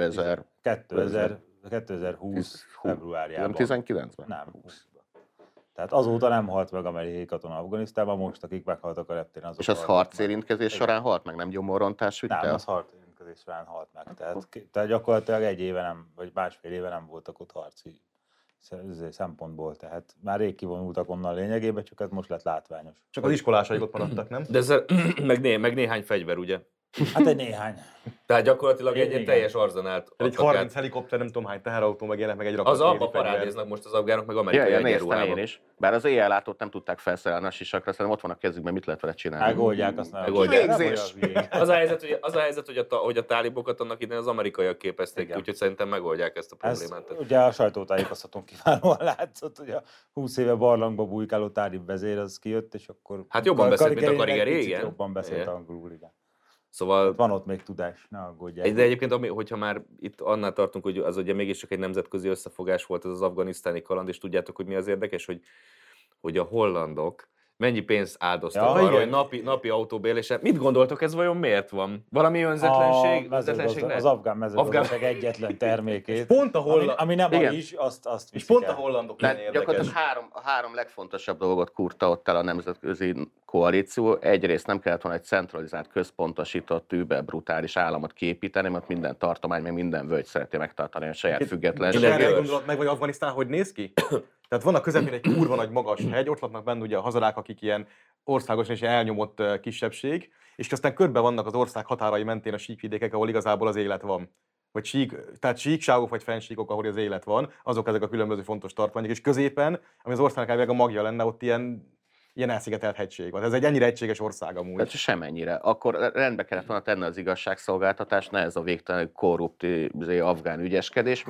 S2: 2020 februárjában.
S3: Nem 19-ben?
S2: Nem, 20-ban. Tehát azóta nem halt meg amerikai katona Afganisztánban, most akik meghaltak a reptéren.
S3: És az harcérintkezés során halt meg, nem gyomorrontás ütte?
S2: Nem, az harcérintkezés során halt meg. Tehát gyakorlatilag 1 éve nem, vagy másfél éve nem voltak ott harci szempontból. Tehát már rég kivonultak onnan lényegében, csak ez most lett látványos.
S4: Csak az iskolásaik ott maradtak, nem?
S1: De ezzel, meg néhány fegyver, ugye?
S2: Hát egy néhány.
S1: Tehát gyakorlatilag egy teljes arzenált.
S4: Egy 30 helikopter, nem tudom hány teherautó megjelent, meg egy rakat.
S1: Az abba parádéznak most az afgánok, meg amerikai egyenruhában.
S3: Én is. Bár az éjjellátót nem tudták felszerelni a sisakra, szerintem ott van a kezükben, mit lehet vele csinálni.
S2: Megoldják azt.
S1: Az a helyzet, hogy a tálibokat annak idején az amerikaiak képezték, úgyhogy szerintem megoldják ezt a problémát.
S2: Ugye a sajtótájékoztatón kiválóan látszott, hogy a 20 éve barlangba bujkáló tálib vezér az kijött, és akkor...
S1: Hát jobban beszélt, mint a Karigeri, igen.
S2: Jobban beszélt angolul, igen.
S1: Szóval...
S2: Van ott még tudás, ne aggódják.
S1: De egyébként, hogyha már itt annál tartunk, hogy az ugye mégiscsak egy nemzetközi összefogás volt ez az afganisztáni kaland, és tudjátok, hogy mi az érdekes, hogy a hollandok mennyi pénzt áldoztak arra, hogy napi autóbérlése. Mit gondoltok, ez vajon miért van? Valami önzetlenség?
S2: Az afgán mezőgazdaság egyetlen termékét.
S4: Pont a
S2: ami nem a is, azt viszik.
S4: És pont a hollandok
S3: nem érdekes. Gyakorlatilag a három legfontosabb dolgot kurta ott el a nemzetközi koalíció. Egyrészt nem kellett volna egy centralizált, központosított, brutális államot kiépíteni, mert minden tartomány, meg minden völgy szereti megtartani a saját függetlenségét.
S4: És erre gondolod meg, hogy Afganisztán hogy néz ki? Tehát van a közepén egy kurva nagy magas hegy, ott laknak benne ugye a hazarák, akik ilyen országosan és elnyomott kisebbség, és aztán körbe vannak az ország határai mentén a síkvidékek, ahol igazából az élet van. Tehát síkságok vagy fennsíkok, ahol az élet van, azok ezek a különböző fontos tartományok, és középen, ami az országnak a magja lenne, ott ilyen elszigetelt hegység van. Ez egy ennyire egységes ország amúgy.
S3: Tehát semennyire. Akkor rendbe kellett volna tenni az igazságszolgáltatást, ne ez a végtelen korrupt afgán ügyeskedés,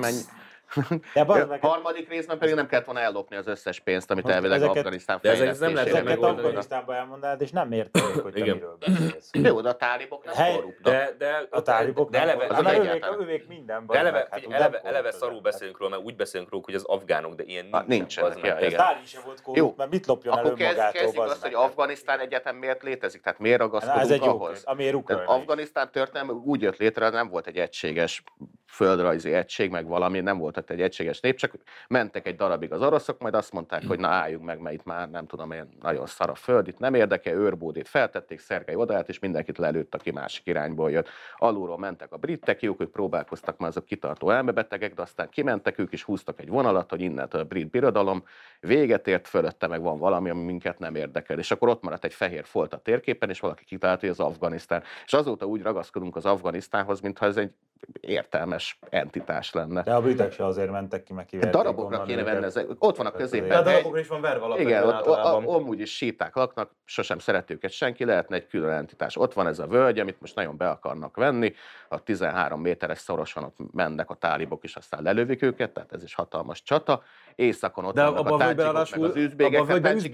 S3: harmadik részben pedig nem kellett volna ellopni az összes pénzt, amit elvileg Afganisztán fejlesztésére.
S2: Ezeket Afganisztánba elmondanád, és nem értenék, hogy te miről beszélsz.
S3: Jó, de a tálibok nem korruptak.
S2: A tálibok nem korruptak. Ővék mindenben.
S1: Eleve szarul beszélünk róla, mert úgy beszélünk róla, hogy az afgánok, de ilyen
S3: nincsenek.
S2: Tálib sem volt korrupt, mert mit lopjon el önmagától?
S3: Akkor kezdjük azt, hogy Afganisztán egyetem miért létezik, tehát miért ragaszkodunk ahhoz. Afganisztán történelme úgy jött létre, nem volt egy egységes földrajzi egység, meg valami, nem volt egy egységes nép, csak mentek egy darabig az oroszok, majd azt mondták, hogy na álljunk meg, mert itt már nem tudom én, nagyon szar a föld, itt nem érdekel, Őrbódét feltették, Szergej odaállt, és mindenkit lelőtt, aki másik irányból jött. Alulról mentek a britek, ők próbálkoztak már azok kitartó elmebetegek, de aztán kimentek, ők is húztak egy vonalat, hogy innentől a brit birodalom véget ért, fölötte meg van valami, ami minket nem érdekel. És akkor ott maradt egy fehér folt a térképen, és valaki kitalálta, hogy az Afganisztán. És azóta úgy ragaszkodunk az Afganisztánhoz, mintha ez egy értelmes entitás lenne.
S2: De a britek se azért mentek ki, meg kiverték.
S3: Darabokra kéne venni, ott van a középen.
S4: De a darabokra is van verve alapvetően.
S3: Igen, ott amúgy is síták laknak, sosem szeret őket senki, lehetne egy külön entitás. Ott van ez a völgy, amit most nagyon be akarnak venni, a 13 méteres szorosan ott mennek a tálibok is, aztán lelövik őket, tehát ez is hatalmas csata. Északon ott vannak a tádzsikok, meg az üzbégek,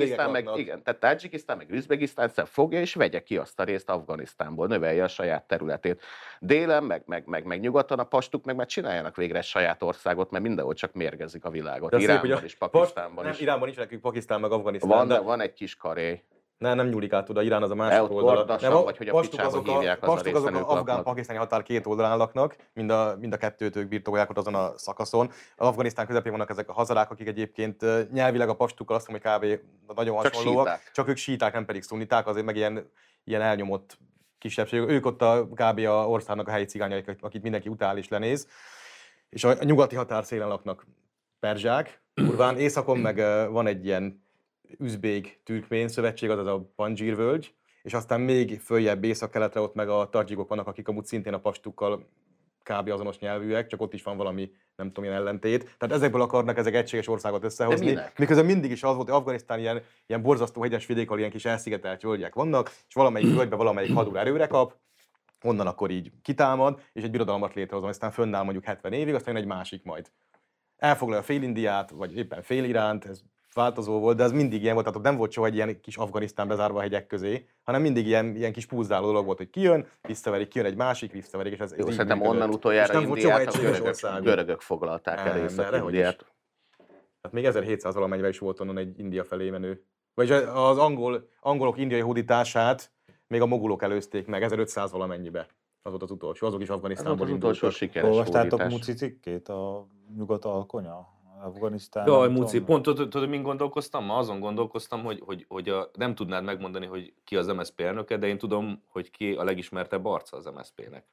S3: tehát Tadzsikisztán, meg Üzbegisztán fogja és vegye ki azt a részt Afganisztánból, növelje a saját területét. Délen, meg nyugaton a pastuk meg már csináljanak végre saját országot, mert mindenhol csak mérgezik a világot. Iránban is, Pakisztánban is.
S4: Iránban nincs nekünk Pakisztán, meg Afganisztán.
S3: Van egy kis karély.
S4: Nem nyúlik át oda, Irán az a másik oldala.
S3: Vagy hogy a picsába hívják az a részen ők laknak.
S4: Afgán-pakisztáni határ két oldalán laknak, mind a kettőt ők birtokolják ott azon a szakaszon. Az Afganisztán közepén vannak ezek a hazarák, akik egyébként nyelvileg a pastukkal azt mondom, hogy kb. Nagyon hasonlóak. Csak ők síták, nem pedig szunniták, azért meg ilyen elnyomott kisebbség. Ők ott kb. A országnak a helyi cigányai, akit mindenki utál és lenéz. És a nyugati határszélen laknak perzsák, kurván. Északon meg van egy ilyen üzbég-türkmén szövetség, azaz a Pandzsír völgy, és aztán még följebb észak-keletre ott meg a tadzsikok vannak, akik amúgy szintén a pastukkal kb. Azonos nyelvűek, csak ott is van valami, nem tudom, ilyen ellentét. Tehát ezekből akarnak ezek egységes országot összehozni. Miközben mindig is az volt, hogy Afganisztán ilyen borzasztó hegyes vidék, ahol ilyen kis elszigetelt völgyek vannak, és valamelyik völgybe valamelyik hadúr erőre kap, onnan akkor így kitámad, és egy birodalmat létrehozom, aztán fönnáll mondjuk 70 évig, aztán egy másik majd. Elfoglalja fél Indiát, vagy éppen fél Iránt, ez változó volt, de ez mindig ilyen volt, tehát nem volt soha egy ilyen kis Afganisztán bezárva a hegyek közé, hanem mindig ilyen kis púzdáló dolog volt, hogy kijön, visszaverik, kijön egy másik, visszaverik, és ez
S3: jó, szerintem onnan utoljára Indiát a görögök foglalták el Észak-Indiát.
S4: Hát még 1700 valamennyivel is volt onnan egy India felé menő. Vagyis az angolok indiai hódítását még a mogulok előzték meg 1500 valamennyibe. Az volt az utolsó, azok is Afganisztánból indultak.
S3: Az utolsó sikeres hódítás.
S2: Olvastátok Muci cikkét, a nyugat alkonya? Afganisztán.
S1: Jaj, Muci, pont tudod, min gondolkoztam? Ma azon gondolkoztam, hogy nem tudnád megmondani, hogy ki az MSZP elnöke, de én tudom, hogy ki a legismertebb arca az MSZP-nek.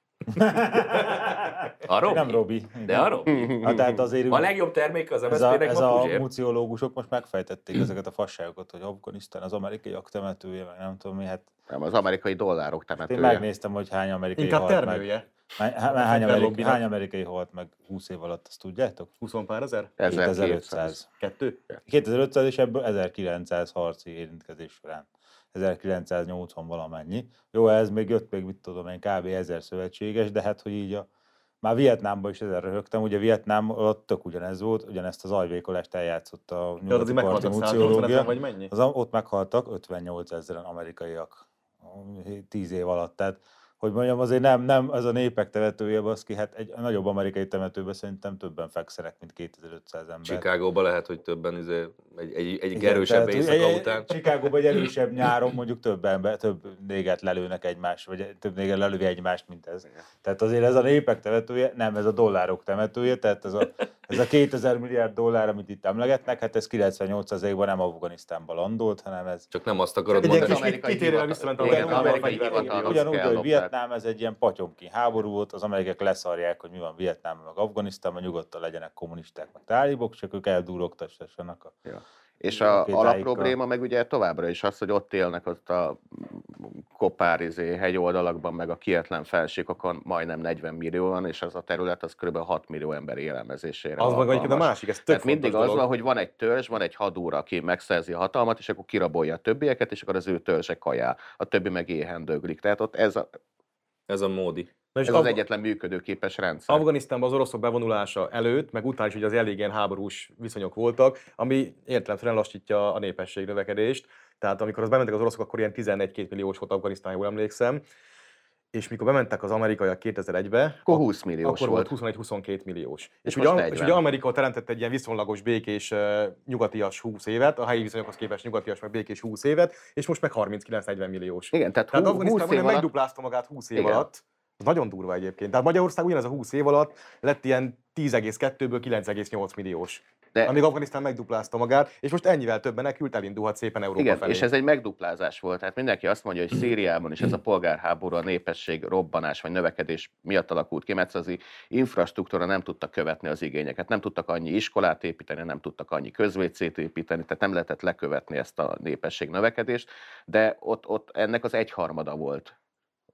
S1: A Robi?
S2: Nem Robi.
S1: De a Robi.
S2: Tehát azért
S1: a legjobb terméke az MSZP-nek
S2: ez a muciológusok most megfejtették ezeket a fasságokat, hogy Afganisztán az amerikaiak temetője, meg nem tudom mi, hát...
S3: Nem, az amerikai dollárok temetője.
S2: Én megnéztem, hogy hány amerikai
S4: inkább
S2: halt
S4: termője.
S2: Hány amerikai halt meg 20 év alatt, azt tudjátok?
S4: 20 pár ezer?
S3: 2500.
S2: 2500, és ebből 1900 harci érintkezés során. 1980 valamennyi. Jó, ez még jött még, mit tudom én, kb. 1000 szövetséges, de hát, hogy így már Vietnámban is ezen röhögtem, ugye Vietnám alatt tök ugyanez volt, ugyanezt az ajvékolást eljátszott a nyugati parti muciológia. Ott meghaltak 58 000 amerikaiak 10 év alatt, tehát hogy mondjam, azért nem ez a népek temetője, baszki, hát egy nagyobb amerikai temetőben szerintem többen fekszenek, mint 2500 ember.
S1: Chicagóban lehet, hogy többen egy erősebb éjszaka után.
S2: Chicagóban egy erősebb nyáron mondjuk több néget lelőnek egymást, vagy több néget lelövi egymást, mint ez. Tehát azért ez a népek temetője, nem ez a dollárok temetője, tehát ez a 2000 milliárd dollár, amit itt emlegetnek, hát ez 98%-ban nem Afganisztánban landolt, hanem ez...
S1: Csak nem azt akarod mondani.
S4: Kitérően visszament
S2: ugyanúgy, hogy Vietnám, ez egy ilyen patyomkin háború volt, az amerikaiak leszarják, hogy mi van Vietnámban, meg Afganisztánban, nyugodtan legyenek kommunisták, meg tálibok, csak ők eldúrogtassanak a...
S3: Ja. És a alapprobléma meg ugye továbbra is az, hogy ott élnek ott a kopárizé hegyoldalakban, meg a kietlen felségokon majdnem 40 millióan, és az a terület az kb. 6 millió ember élelmezésére.
S4: Az meg a másik, ez tök
S3: tehát mindig az van, hogy van egy törzs, van egy hadúr, aki megszerzi a hatalmat, és akkor kirabolja a többieket, és akkor az ő törzse kajál. A többi meg éhen döglik. Tehát ott
S1: ez a módi.
S3: Ez az egyetlen működőképes rendszer.
S4: Afganisztánban az oroszok bevonulása előtt, meg után is, hogy az elég ilyen háborús viszonyok voltak, ami értelemszerűen lassítja a népesség növekedést. Tehát amikor az bementek az oroszok, akkor ilyen 11-2 milliós volt Afganisztán, jól emlékszem. És mikor bementek az amerikaiak 2001-be,
S3: akkor 20 milliós
S4: akkor
S3: volt.
S4: 21-22 milliós. És ugye Amerika teremtett egy ilyen viszonylagos békés nyugatias 20 évet, a helyi viszonyokhoz képest nyugatias meg békés 20 évet, és most meg 39-40 milliós.
S3: Igen, tehát
S4: Afganisztánban megduplázta magát 20 év alatt. Ez nagyon durva egyébként. Tehát Magyarország ugyanez a 20 év alatt lett ilyen 10,2-ből 9,8 milliós. Amíg Afganisztán megduplázta magát, és most ennyivel több menekült elindulhat szépen Európa
S3: igen,
S4: felé.
S3: És ez egy megduplázás volt. Tehát mindenki azt mondja, hogy Szíriában is ez a polgárháború, a népesség robbanás vagy növekedés miatt alakult ki, mert az infrastruktúra nem tudta követni az igényeket. Nem tudtak annyi iskolát építeni, nem tudtak annyi közvécét építeni, tehát nem lehetett lekövetni ezt a népesség növekedést, de ott ennek az egyharmada volt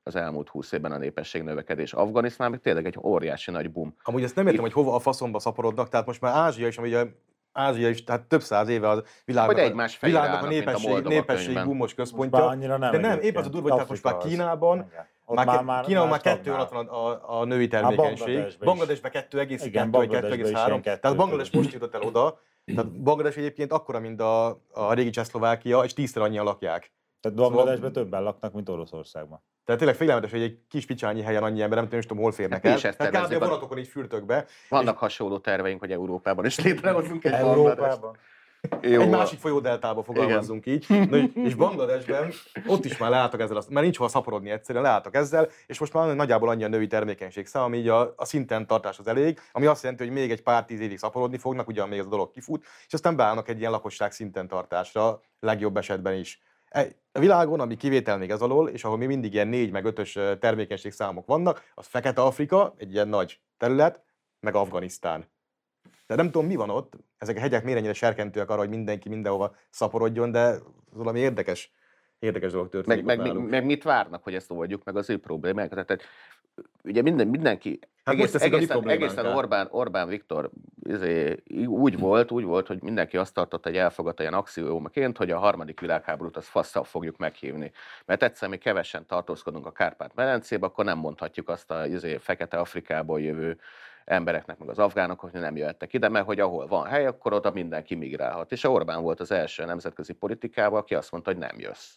S3: az elmúlt 20 évben a népesség növekedés. Afganisztán meg tényleg egy óriási nagy boom.
S4: Amúgy ezt nem értem, hogy hova a faszomba szaporodnak, tehát most már Ázsia is, tehát több száz éve a világnak a népesség boomos központja. De nem, épp az a durva, hogy tehát most már Kínában, Kínában már 2 alatt van a női termékenység, Bangladesben 2,2-2,3, tehát Banglades most jutott el oda, tehát Banglades egyébként akkora, mint a régi Csehszlovákia, és 10-szer annyian lakják.
S2: Tehát Bangladesben többen laknak, mint Oroszországban.
S4: Tehát tényleg félelmetes, hogy egy kis picsányi helyen annyi ember, nem tudom, hol férnek el. Tehát kb. A vonatokon így fürtök be.
S3: Vannak hasonló terveink, hogy Európában is létrehozunk egy
S2: Európában.
S4: Egy másik folyódeltába fogalmazzunk így. És Bangladesben ott is már leálltak ezzel, már nincs hol szaporodni egyszerűen, leálltak ezzel, és most már nagyjából annyi a női termékenység szám, ami így a szinten tartás az elég, ami azt jelenti, hogy még egy pár 10 évig szaporodni fognak, ugyan még ez a dolog kifut, és aztán beállnak egy ilyen lakosság szinten tartásra, legjobb esetben is. A világon, ami kivétel még ez alól, és ahol még mindig ilyen 4 meg 5-ös termékenység számok vannak, az Fekete-Afrika, egy ilyen nagy terület, meg Afganisztán. De nem tudom, mi van ott, ezek a hegyek miért ennyire serkentőek arra, hogy mindenki mindenhova szaporodjon, de valami érdekes dolog történik.
S3: Meg mit várnak, hogy ezt oldjuk meg az ő problémákat? Tehát, ugye mindenki, egészen Orbán Viktor úgy volt, hogy mindenki azt tartott, hogy elfogadta ilyen axiómaként, hogy a harmadik világháborút az fasszal fogjuk meghívni. Mert egyszer mi kevesen tartózkodunk a Kárpát-medencébe, akkor nem mondhatjuk azt a Fekete-Afrikából jövő embereknek, meg az afgánoknak, hogy nem jöttek ide, mert hogy ahol van hely, akkor oda mindenki migrálhat. És Orbán volt az első nemzetközi politikában, aki azt mondta, hogy nem jössz.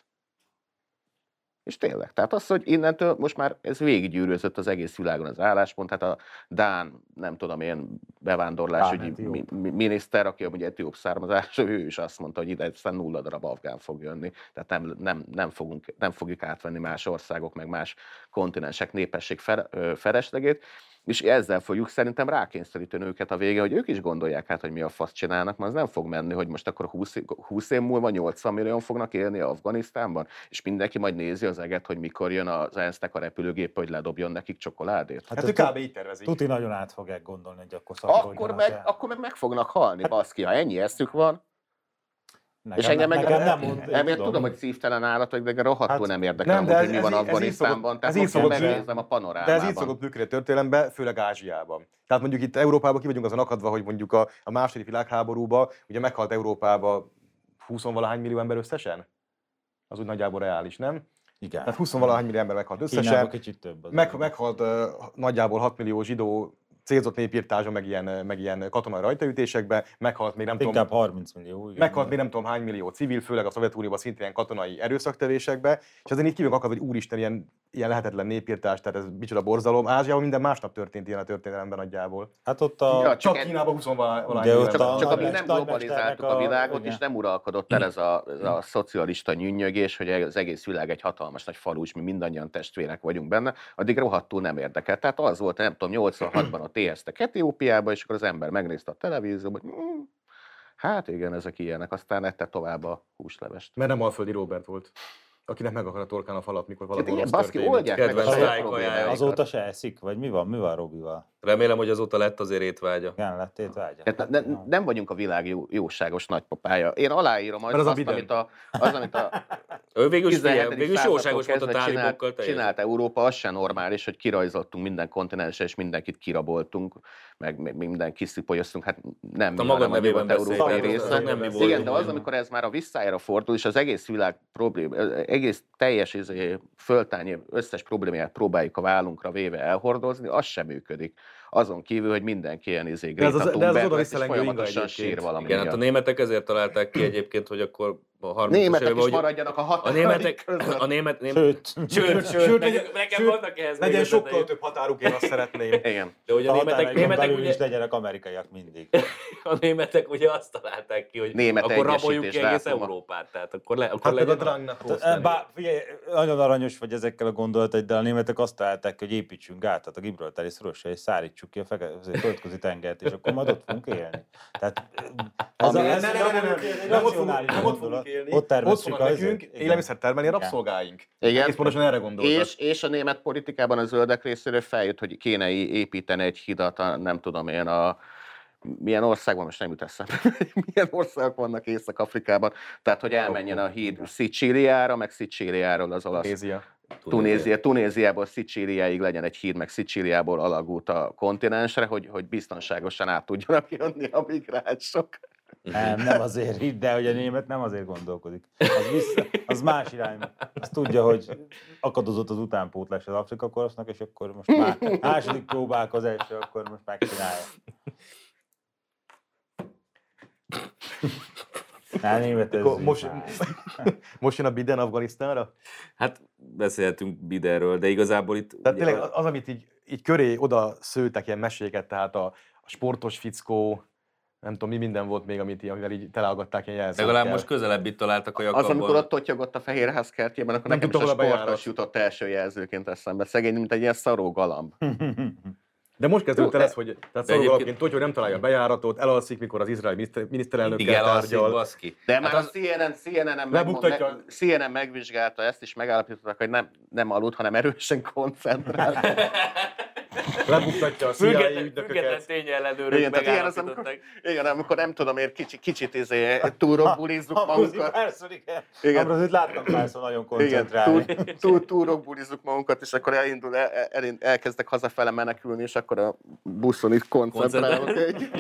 S3: És tényleg, tehát az, hogy innentől most már ez végiggyűrűzött az egész világon az álláspont, hát a dán, nem tudom én, bevándorlásügyi miniszter, aki ugye etióp származású, ő is azt mondta, hogy ide aztán 0 darab afgán fog jönni, tehát nem fogjuk átvenni más országok, meg más kontinensek népesség feleslegét, és ezzel fogjuk szerintem rákényszeríteni őket a vége, hogy ők is gondolják hát, hogy mi a fasz csinálnak, mert az nem fog menni, hogy most akkor 20 év múlva 80 millióan fognak élni Afganisztánban, és mindenki majd nézi az eget, hogy mikor jön az ENSZ-nek a repülőgép, hogy ledobjon nekik csokoládét.
S4: Hát ők kb. Így tervezik.
S2: Tuti nagyon át fogják gondolni, hogy
S3: akkor meg fognak halni, baszki, ha ennyi eszük van. És engem tudom, hogy szívtelen állatok, de rohadtul nem érdekel, hogy mi van Afganisztánban, tehát most megnézem a panorámában.
S4: De ez így szokott működni a történelemben, főleg Ázsiában. Tehát mondjuk itt Európában ki vagyunk azon akadva, hogy mondjuk a második világháborúban ugye meghalt Európában 20-valahány millió ember összesen? Az úgy nagyjából reális, nem?
S2: Igen.
S4: Tehát 20-valahány millió ember meghalt összesen.
S2: Kínában kicsit több.
S4: Meghalt nagyjából 6 millió zsidó, célzott népírtása, meg ilyen katonai rajtaütésekben, meghalt még nem
S2: inkább 30 millió.
S4: Meghalt még nem tudom hány millió civil, főleg a Szovjetunióban szintén ilyen katonai erőszaktevésekbe, és azért így kívül akad, hogy úristen, ilyen lehetetlen népírtás, tehát ez micsoda borzalom. Ázsiában minden másnap történt ilyen a történelemben nagyjából.
S2: Hát ott
S4: csak Kínában 20-valahány.
S3: Csak amíg nem globalizáltuk a világot, és nem uralkodott el ez a szocialista nyűnyögés, hogy az egész világ egy hatalmas nagy falu, és mi mindannyian testvérek vagyunk benne, addig rohadtul nem érdekel. Tehát az volt, nem tudom, 86-ban a TS-tek Etiópiába, és akkor az ember megnézte a televízióban, hogy hát igen, ezek ilyenek, aztán ette tovább a húslevest.
S4: Mert nem Alföldi Róbert volt, akinek meg akar a torkán a falat, mikor valami rossz
S3: baszki, oldják meg
S2: a azóta se eszik, vagy mi van Robival?
S1: Remélem, hogy azóta lett azért étvágya.
S2: Igen, lett étvágya.
S3: Nem vagyunk a világ jóságos nagypapája. Én aláírom azt, amit a
S1: ő végül is jóságos volt a tálibokkal.
S3: Csinált Európa, az sem normális, hogy kirajzoltunk minden kontinensre, és mindenkit kiraboltunk, meg minden kiszipolyoztunk, hát nem mi, hanem a nyugat-európai része. Igen, de az, amikor ez már a visszájára fordul, és az egész világ egész teljes földtányi összes problémáját próbáljuk a vállunkra véve elhordozni, az sem működik. Azon kívül, hogy mindenki ilyen Greta Thunberg lesz, és folyamatosan sír valami.
S1: Igen, hát a németek ezért találták ki egyébként, hogy akkor a 30-as
S3: németek is maradjanak a határaik között.
S1: Sőt, nekem vannak ehhez.
S4: Legyen sokkal több határuk, én azt szeretném.
S3: Igen.
S1: De ugye a németek
S2: ugye is legyenek amerikaiak mindig.
S1: A németek ugye azt találták ki, hogy akkor raboljuk ki egész Európát. Tehát akkor legyen.
S2: Figyelj, nagyon aranyos vagy ezekkel a gondolataid, de a németek azt találták, hogy építsünk át, tehát a Gibraltári szorosra, és szárítsuk ki a földközi tengert, és akkor majd ott fogunk élni. Tehát
S4: nem ott fogunk élni, ott fognak nekünk élelmiszer termelni a rabszolgáink.
S3: Igen.
S4: És pontosan erre gondoltak.
S3: És a német politikában a zöldek részéről feljött, hogy kéne építeni egy hidat, nem tudom én, milyen országban, most nem jut eszembe, milyen országok vannak Észak-Afrikában, tehát hogy elmenjen a híd Szicíliára, meg Szicíliáról az olasz.
S4: Tunézia.
S3: Tunéziából Szicíliáig legyen egy híd, meg Szicíliából alagút a kontinensre, hogy biztonságosan át tudjanak jönni a migránsok.
S2: Nem azért hidd, de hogy a német nem azért gondolkodik. Az más irányba. Azt tudja, hogy akadozott az utánpótlás az Afrika korosznak, és akkor most már második próbálkozás, akkor most megcsinálja.
S4: Most jön a Biden Afganisztánra?
S1: Hát beszélhetünk Bidenről, de igazából itt...
S4: Tehát tényleg az, amit így köré oda szőltek ilyen meséket, tehát a sportos fickó, nem tudom, mi minden volt még, amivel így teleaggatták ilyen jelzőkkel.
S1: Legalább most közelebb itt találtak a Jakabban.
S3: Az, amikor ott totyogott a Fehérház kertjében, akkor nekem is a sportos jutott első jelzőként eszembe. Szegény, mint egy ilyen szaró galamb.
S4: De most kezdődött el ez, hogy szaró hogy nem találja a bejáratot, elalszik, mikor az izraeli miniszterelnökkel tárgyal.
S3: De már a CNN megvizsgálta ezt, és megállapítottak, hogy nem aludt, hanem erősen koncentrál.
S4: Lebuktatja a CIA ügynököket.
S1: Független tényellenőrök megállapítottak.
S3: Igen, amikor nem tudom, kicsit túrokbulizzuk magunkat.
S2: Igen. Amra láttam párszor nagyon koncentrálni.
S3: Túrokbulizzuk magunkat, és akkor elkezdek hazafele menekülni, és akkor a buszon itt koncentrálok.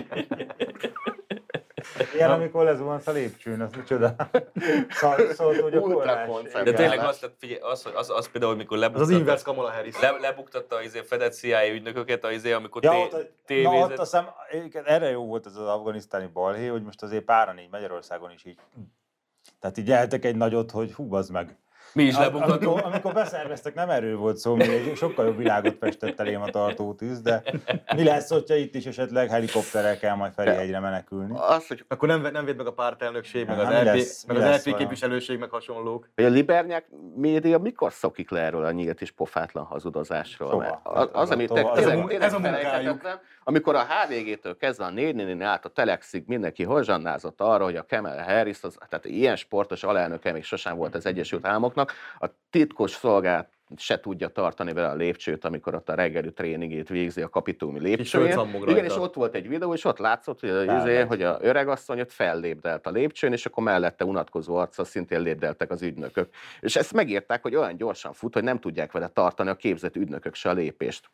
S2: Ilyen, amikor lezuhansz a lépcsőn, az micsoda. Szólt, hogy a korrás.
S1: De tényleg figyelj, az például, amikor
S4: az inverse Kamala Harris.
S1: Lebuktatta a fedett CIA ügynököket, amikor
S2: tévézett. Azt hiszem, erre jó volt ez az afganisztáni balhé, hogy most azért páran így Magyarországon is így. Tehát így eltek egy nagyot, hogy hú, bazd meg.
S1: Mi is lebuktatunk.
S2: Amikor beszerveztek, nem erről volt szó, még egy sokkal jobb világot festett elém a tartótűz, de mi lesz, hogyha itt is esetleg helikopterrel kell majd Ferihegyre menekülni?
S4: Akkor nem véd meg a pártelnökség, meg az LP képviselőség, meg hasonlók.
S3: A libernyák média mikor szokik le erről a nyílt és pofátlan hazudozásról? Az, ami
S4: ez a munkájuk.
S3: Amikor a HVG-től kezdve a 4-4-4 át a Telexig mindenki hozsannázott arra, hogy a Kamala Harris, tehát ilyen sportos alelnöke még sosem volt az Egyesült Államoknak, a titkos szolgálat se tudja tartani vele a lépcsőt, amikor ott a reggeli tréningét végzi a Kapitólumi lépcsőjén. Igen, és ott volt egy videó, és ott látszott, hogy a öregasszony ott fellépdelt a lépcsőn, és akkor mellette unatkozó arccal szintén lépdeltek az ügynökök. És ezt megírták, hogy olyan gyorsan fut, hogy nem tudják vele tartani a képzett ügynökök se a lépést.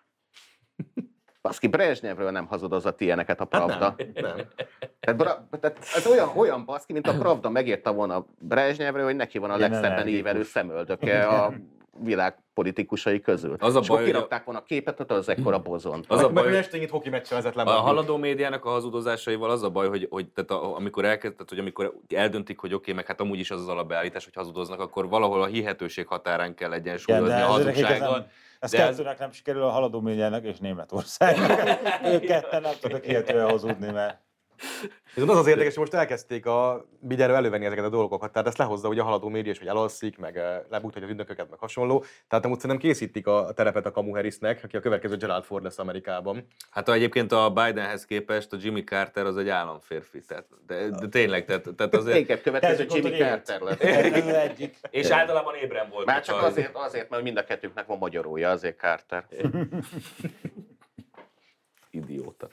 S3: Baszki, Brezsnyevről nem hazudozott ilyeneket a Pravda. Tehát ez olyan baszki, mint a Pravda megírta volna Brezsnyevről, hogy neki van a legszebben ívelő szemöldöke a világ politikusai közül. És akkor kirakták volna a képet, hogy az ekkora bozont.
S4: Az a baj, hogy esténként hoki meccsen vezet le.
S1: A haladó médiának a hazudozásaival az a baj, hogy amikor eldöntik, hogy oké, meg hát amúgy is az az alapbeállítás, hogy hazudoznak, akkor valahol a hihetőség határán kell egyensúlyozni a hazugsággal.
S2: Ez kettőnek nem sikerül, a haladó médiának és Németországnak. Ők ketten nem tudnak hihetően hazudni, mert...
S4: Viszont az érdekes, hogy most elkezdték a Bidenről elővenni ezeket a dolgokat, tehát ezt lehozza, hogy a haladó média is, hogy elalszik, meg lebuktatja az ügynököket, meg hasonló. Tehát amúgy szerintem készítik a terepet a Kamala Harrisnek, aki a következő Gerald Ford lesz Amerikában.
S1: Hát egyébként a Bidenhez képest a Jimmy Carter az egy államférfi, de tényleg, tehát azért...
S3: Inkább következő Jimmy Carter lesz.
S1: És általában ébren volt.
S3: Már csak azért, mert mind a kettőnknek van magyarója, azért Carter.
S1: Idióta.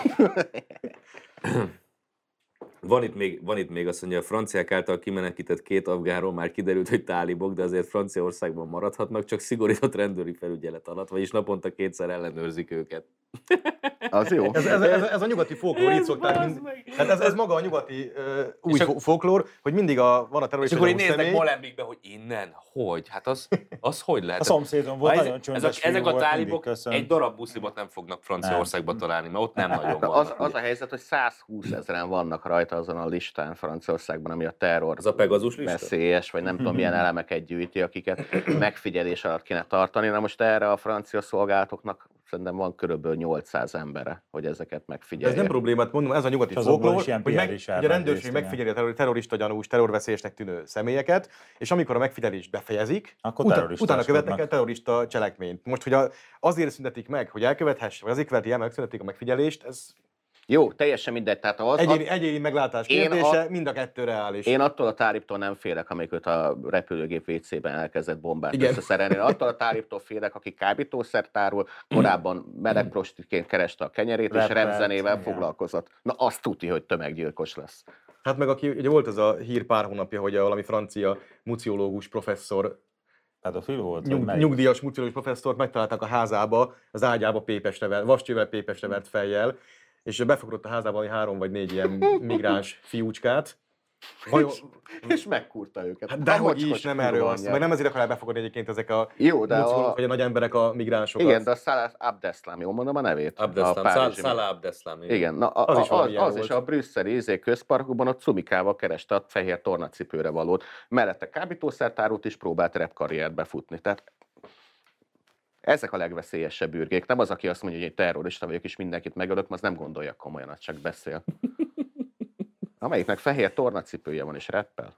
S1: Van itt még azt mondja, a franciák által kimenekített 2 afgánról már kiderült, hogy tálibok, de azért Franciaországban maradhatnak, csak szigorított rendőri felügyelet alatt, vagyis naponta 2-szer ellenőrzik őket.
S3: Az jó.
S4: Ez a nyugati folklór, így szokták. Ez maga a nyugati új folklór, hogy mindig van a terrorista.
S1: És akkor így néznek Molenbeekbe, hogy innen, hogy? Hát az hogy lehet?
S2: A szomszédon volt nagyon csöndes fiú.
S1: Ezek a tálibok egy darab buszlibat nem fognak Franciaországba találni, mert ott nem nagyon vannak.
S3: Az a helyzet, hogy 120 000 vannak rajta azon a listán Franciaországban, ami a terror
S1: az a Pegasus lista?
S3: Veszélyes, vagy nem tudom milyen elemeket gyűjti, akiket megfigyelés alatt kéne tartani. Na most erre a francia szolgálatoknak szerintem van körülbelül 800 embere, hogy ezeket megfigyelje.
S4: Ez nem problémát, mondom, ez a nyugati folklór, hogy a rendőrség megfigyeli a terrorista gyanús, terrorveszélyesnek tűnő személyeket, és amikor a megfigyelést befejezik, utána követnek el terrorista cselekményt. Most, hogy azért szüntetik meg, hogy elkövethesse, vagy azért követi el, megszüntetik a megfigyelést, ez
S3: jó, teljesen mindegy. Tehát
S4: egyéni meglátás kérdése, mind a kettő reális.
S3: Én attól a tálibtól nem félek, amikor a repülőgép WC-ben elkezdett bombát összeszerelni. Attól a tálibtól félek, aki kábítószert árul, korábban meleg prostitutként kereste a kenyerét, és repzenével foglalkozott. Na azt tuti, hogy tömeggyilkos lesz.
S4: Hát meg ugye volt ez a hír pár hónapja, hogy valami francia muciológus professzor
S2: Pedofil volt?
S4: Nyugdíjas muciológus professzort megtalálták a házába, az ágyába vascsővel pépesre vert fejjel, és befogott a házában 3 vagy 4 ilyen migráns fiúcskát.
S3: És megkúrta őket.
S4: Hát dehogy is, nem erről azt. Meg nem azért akarják befogadni egyébként ezek a muciológusok, vagy a nagy emberek a migránsokat.
S3: Igen, de a Salah Abdeslam, jól mondom a nevét?
S1: Salah Abdeslam.
S3: Igen, az is a brüsszeli közparkokban ott cumikával kereste a fehér tornacipőre valót. Mellette kábítószertárút is próbált repkarriert befutni. Tehát ezek a legveszélyesebb ürgék. Nem az, aki azt mondja, hogy egy terrorista vagyok, és mindenkit megölök, az nem gondolja komolyan, az csak beszél. Amelyiknek fehér tornacipője van és reppel.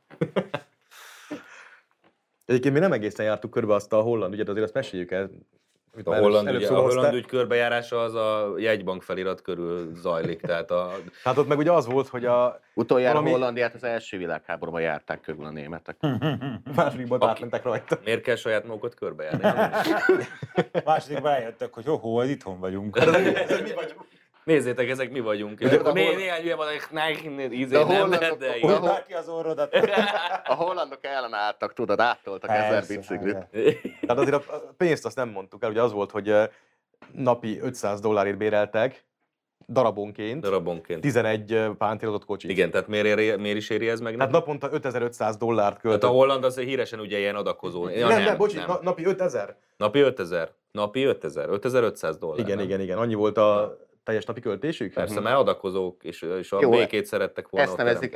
S4: Egyébként mi nem egészen jártuk körbe azt a holland ügyet, azért azt meséljük el.
S1: A holland ügy körbejárása az a jegybank felirat körül zajlik.
S4: Hát ott meg ugye az volt, hogy
S3: utoljára Hollandiát az első világháborúban járták körül a németek.
S4: Másodikban átmentek rajta.
S1: Miért kell saját magukat körbejárni?
S2: Másodikban eljöttek, hogy hol itthon vagyunk.
S4: Mi vagyunk.
S1: Nézzétek, ezek mi vagyunk. Néhány ilyen van, nem lehet, de így.
S2: Ki az orrodat.
S3: A hollandok ellenálltak, tudod, áttoltak 1000 biciklit.
S4: Tehát azért a pénzt azt nem mondtuk el, ugye az volt, hogy napi $500 béreltek, darabonként. 11 pántélodott kocsit.
S1: Igen, tehát miért is éri ez meg?
S4: Tehát naponta $5500 költött.
S1: Tehát a holland az híresen ugye ilyen adakozó.
S4: Nem. Napi 5000.
S1: Napi 5000. $5500.
S3: Igen.
S4: Annyi volt a teljes napi költésük?
S1: Persze, mert adakozók és a békét szerettek volna.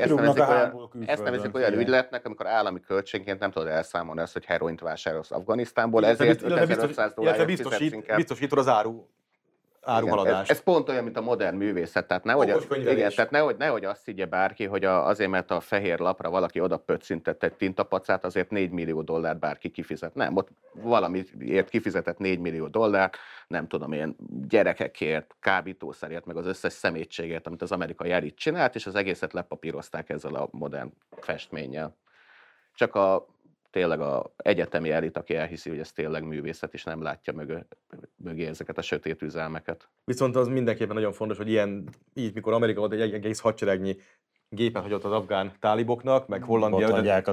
S3: Ezt nevezik olyan ügyletnek, amikor állami költségként nem tudod elszámolni azt, hogy heroint vásárolsz Afganisztánból, ezért $5500
S4: biztosítod az áruhaladást.
S3: Ez pont olyan, mint a modern művészet. Tehát nehogy azt higgye bárki, hogy azért, mert a fehér lapra valaki oda pöccintett egy tintapacát, azért $4 millió bárki kifizet. Nem, ott valamiért kifizetett $4 millió, nem tudom, ilyen gyerekekért, kábítószerért, meg az összes szemétségért, amit az amerikai elit csinált, és az egészet lepapírozták ezzel a modern festménnyel. Csak tényleg az egyetemi elit, aki elhiszi, hogy ez tényleg művészet, és nem látja mögé ezeket a sötét üzelmeket.
S4: Viszont az mindenképpen nagyon fontos, hogy így mikor Amerika volt egy egész hadseregnyi gépet hagyott az afgán táliboknak, meg Hollandia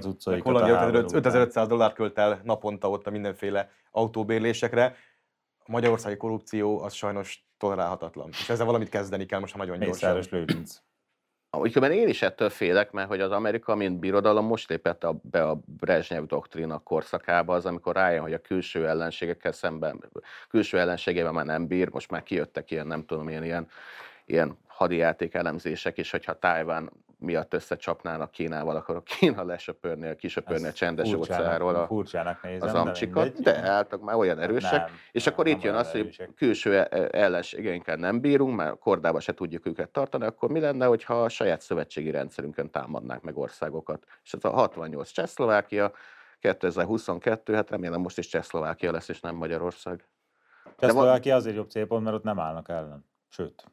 S4: $5500 költ el naponta ott a mindenféle autóbérlésekre. A magyarországi korrupció az sajnos tolerálhatatlan. És ezzel valamit kezdeni kell most nagyon gyorsan.
S3: Úgyhogy én is ettől félek, mert hogy az Amerika, mint birodalom most lépett be a Brezsnyev doktrína korszakába, az amikor rájön, hogy a külső ellenségekkel szemben, külső ellenségével már nem bír, most már kijöttek ilyen, nem tudom, ilyen hadijáték elemzések, és hogyha Tájván miatt összecsapnának Kínával, akkor a Kína kisöpörné a csendes óceánról az amcsikat, de álltak már olyan erősek, és akkor itt jön az, hogy külső ellenségeinkkel nem bírunk, mert kordába se tudjuk őket tartani, akkor mi lenne, hogyha a saját szövetségi rendszerünkön támadnák meg országokat. És ez a 68 Csehszlovákia, 2022, hát remélem most is Csehszlovákia lesz, és nem Magyarország.
S2: Csehszlovákia azért jobb célpont, mert ott nem állnak ellen. Sőt.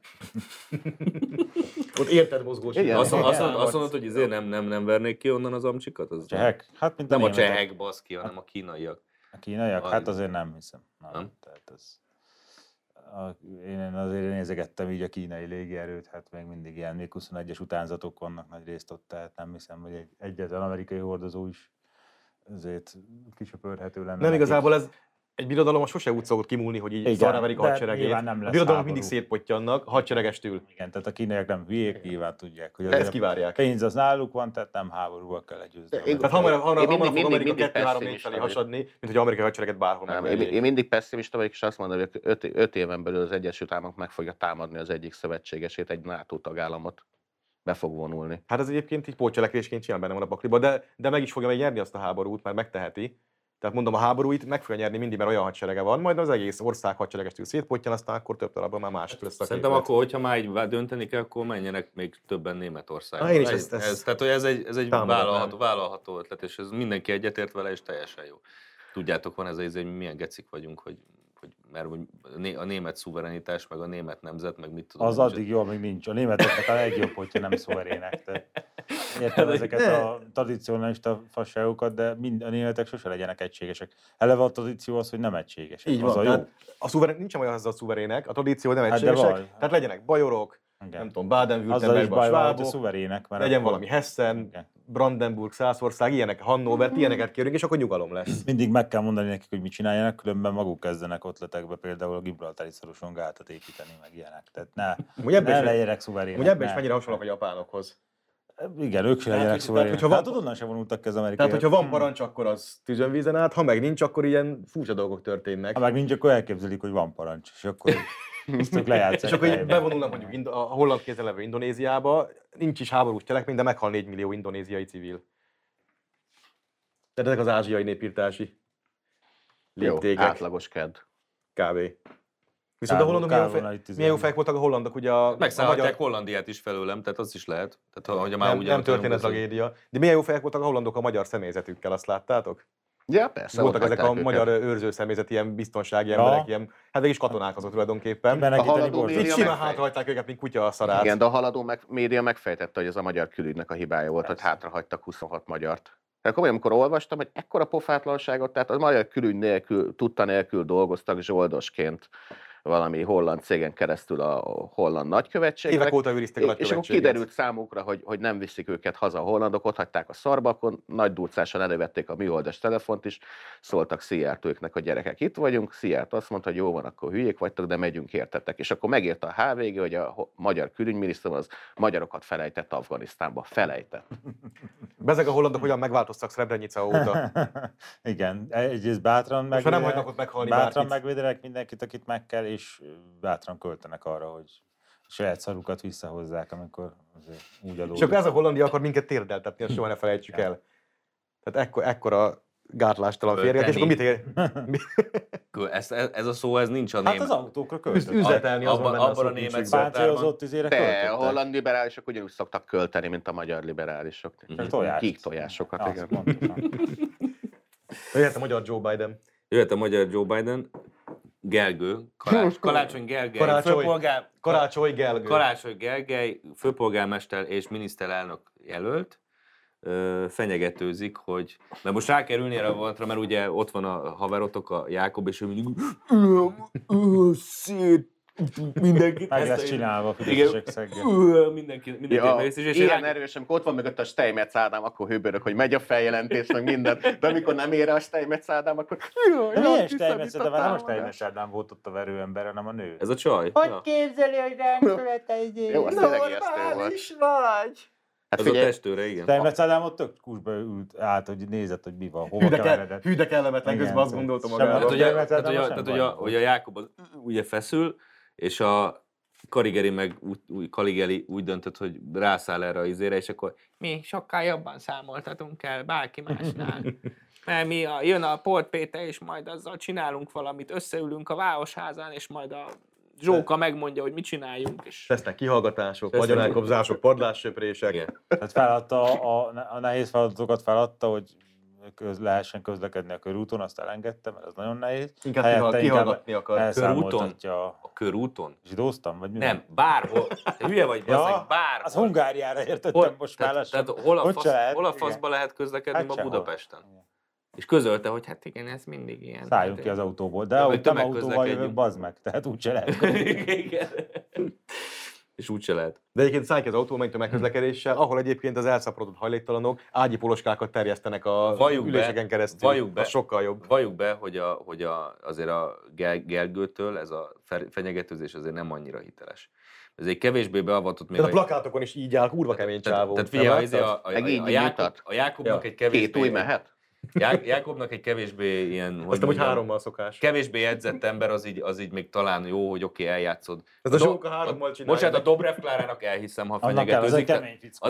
S4: Ott érted mozgósítani.
S1: Azt mondod, hogy ezért nem vernék ki onnan az amcsikat? Az
S2: csehek? Hát, mint
S1: nem a csehek, baszki, hanem a kínaiak.
S2: A kínaiak? Hát azért nem hiszem. Nem? Tehát én azért nézegettem így a kínai légierőt, hát még mindig ilyen MiG-21-es utánzatok vannak nagy részt ott, tehát nem hiszem, hogy egyetlen amerikai hordozó is azért kisöpörhető lenne.
S4: Nem igazából ez egy birodalom sose úgy szokott kimúlni, hogy így szarráverik a hadseregét. A birodalomok mindig szétpottyannak hadseregestül.
S2: Igen, tehát a kínaiak nem hülyék, nyilván tudják, hogy
S4: ezt kivárják.
S2: Pénz az náluk van, tehát nem háborúval kell legyőzni.
S4: Tehát hamarabb fog Amerika 2-3-4 felé hasadni, mint hogy amerikai hadsereget bárhol megverjék.
S3: Én mindig pessimista vagyok, és azt mondom, hogy 5 éven belül az Egyesült Államok meg fogja támadni az egyik szövetségesét, egy NATO tagállamot. Be fog vonulni.
S4: Hát ez egyébként így pótcselekvésként csinál, benne van a pakliba, de meg is fogja megnyerni azt a háborút, mert megteheti. Tehát mondom, a háborúit meg fogja nyerni mindig, mert olyan hadserege van, majd az egész ország hadseregestől szétpottyan, aztán akkor több darabban már más lesz.
S1: Szerintem akkor, hogyha már így dönteni kell, akkor menjenek még többen Németországba. Tehát, hogy ez egy vállalható ötlet, és ez mindenki egyetért vele, és teljesen jó. Tudjátok, van ez hogy milyen gecik vagyunk, hogy mert a német szuverenitás, meg a német nemzet, meg mit tudom.
S2: Az addig jó, még nincs. A németeknek a legjobb, hogyha nem szuverének. Értem ezeket a tradicionalista fasságokat, de a németek sose legyenek egységesek. Eleve a tradíció az, hogy nem egységesek.
S4: Így
S2: az
S4: van, a jó. Nincsen olyan az a szuverének, a tradíció nem egységesek. Tehát legyenek bajorok, nem tudom, Baden-Württembergben a svábok, legyen valami Hessen, Brandenburg, Szászország, ilyenek, Hannover, ilyeneket kérünk, és akkor nyugalom lesz.
S2: Mindig meg kell mondani nekik, hogy mit csináljanak, különben maguk kezdenek ötletekbe például a Gibraltári szoroson gátat építeni, meg ilyenek. Tehát ne legyenek szuverének.
S4: Ugye ebben is mennyire hasonlók a japánokhoz.
S2: Igen, ők sem legyenek szuverének. Hát onnan sem vonultak ki az amerikaiak.
S4: Tehát, hogyha van parancs, akkor az tűzön vízen át, ha meg nincs, akkor ilyen furcsa dolgok történnek.
S2: Ha meg nincs, akkor elképzelik, hogy van parancs, és akkor ezt lejátszák.
S4: És akkor így bevonulnak mondjuk a holland kézzel levő Indonéziába, nincs is háborús cselekmény, de meghal 4 millió indonéziai civil. Tehát ezek az ázsiai népírtási léptékek.
S3: Jó, átlagos kedd.
S4: Kb. Viszont a hollandok milyen jó fejek voltak a hollandok, ugye
S1: megszállhatják Hollandiát is felőlem, tehát az is lehet. Tehát, hogy már
S4: nem történet tragédia. De milyen jó fejek voltak a hollandok a magyar személyzetükkel, azt láttátok?
S3: Ja, persze.
S4: Voltak ezek a magyar őrző személyzet, ilyen biztonsági emberek, ilyen, hát végig is katonák azok tulajdonképpen.
S3: A haladó
S4: média így simán hátrahagyták őket, mint kutya a szarát.
S3: Igen, de a haladó média megfejtette, hogy ez a magyar külügynek a hibája volt, hogy hátrahagytak 26 magyart. Tehát komolyan, amikor olvastam, hogy ekkora pofátlanságot, tehát a magyar külügy nélkül, tudta nélkül dolgoztak zsoldosként valami holland cégen keresztül a holland nagykövetségnek.
S4: Évek óta őrizték a nagykövetséget.
S3: És akkor kiderült számukra, hogy nem viszik őket haza a hollandok, ott hagyták a szarba, akkor nagy durcással elővették a műholdas telefont is, szóltak Szijjártóknak, hogy gyerekek, itt vagyunk. Szijjártó azt mondta, hogy jó van, akkor hülyék vagytok, de megyünk értetek. És akkor megírta a HVG, hogy a magyar külügyminiszter az magyarokat felejtett Afganisztánba. Felejtett.
S4: Bezeg a hollandok hogyan megváltoztak Srebrenica óta.
S2: Igen, egyrészt bátran megvédenek mindenkit, akit meg kell, és bátran költenek arra, hogy saját szarukat visszahozzák, amikor úgy adódik.
S4: És akkor ez a Hollandia akar minket térdeltetni, azt soha ne felejtsük el. Tehát ekkora gátlástalan férjek, és akkor mit ér?
S1: Ez a szó, ez nincs a német.
S2: Hát az autókra költött.
S4: Üzletelni azon benne
S1: abban a német szótárban.
S3: De a holland liberálisok ugyanúgy szoktak költeni, mint a magyar liberálisok. Kék tojásokat, igen.
S4: Jöhet a magyar Joe Biden.
S1: Jöhet a magyar Joe Biden. Gergő, Karácsony Gergely, Karácsony Gergely, főpolgármester és miniszterelnök jelölt, fenyegetőzik, hogy, mert most rá kell ülni erre a vonatra, mert ugye ott van a haverotok, a Jákob, és ő mindig szét mindenkit.
S2: Meg lesz csinálva a fideszesek
S1: szeggel. Mindenki
S3: ilyen erős, amikor ott van mögött a Steinmetz Ádám, akkor hőbörök, hogy megy a feljelentés, meg minden. De amikor nem ér a Steinmetz Ádám, akkor...
S2: Milyen Steinmetz Ádám? Nem a Steinmetz Ádám volt ott a verőember, hanem a nő.
S1: Ez a csaj?
S2: Hogy képzeli, hogy ránk született egy év?
S3: Jó, az tényleg ijesztő volt.
S2: Vagy!
S1: Hát az figyelj, a testőre, igen.
S2: Steinmetz Ádám ott tök kusba ült át, hogy nézett, hogy mi van, hova keveredett.
S4: Hű de kellemetlen, közben azt gondoltam magáról.
S1: Tehát, hogy a Jákob ugye feszül, és a Kaligeli úgy döntött, hogy rászáll erre a izére, és akkor mi sokkal jobban számoltatunk el bárki másnál. Mert mi jön a Polt Péter, és majd azzal csinálunk valamit, összeülünk a Városházán, és majd a Zsóka megmondja, hogy mit csináljunk. És
S4: lesznek kihallgatások, vagyonelkobzások, padlássöprések.
S2: Tehát feladta a nehéz feladatokat feladta, hogy lehessen közlekedni a körúton, azt elengedtem, mert ez nagyon nehéz.
S4: Inkább kihallgatni akar.
S1: Körúton? A körúton?
S2: Zsidóztam? Vagy mi?
S1: Nem, bárhol. Hülye vagy, bazdmeg, bárhol.
S2: Az Hungáriára értettem most már lassan.
S1: Tehát hol a faszba lehet közlekedni ma Budapesten? És közölte, hogy hát igen, ez mindig ilyen.
S2: Szálljunk ki az autóból, de ahogy nem autóval jövök, bazd meg, tehát úgyse lehet.
S1: Igen. És úgyse lehet.
S4: De egyébként szállj ki az autóval, menj tömegközlekedéssel, ahol egyébként az elszaporodott hajléktalanok ágyi poloskákat terjesztenek a üléseken keresztül. Az sokkal jobb.
S1: Valljuk be, hogy azért a Gergőtől ez a fenyegetőzés azért nem annyira hiteles. Ez egy kevésbé beavatott még.
S4: Tehát a plakátokon is így áll, kurva kemény csávó.
S1: Tehát figyelj, a Jákobnak egy kevésbé...
S3: Két új mehet?
S1: Jákobnak egy kevésbé ilyen...
S4: Azt hogy 3-mal szokás.
S1: Kevésbé edzett ember, az így még talán jó, hogy oké, eljátszod.
S4: Ez a Zsóka 3-mal csinálja.
S1: Bocsánat, a Dobrev Klárának elhiszem, ha fenyegetőzik.
S2: Az egy kemény fickó.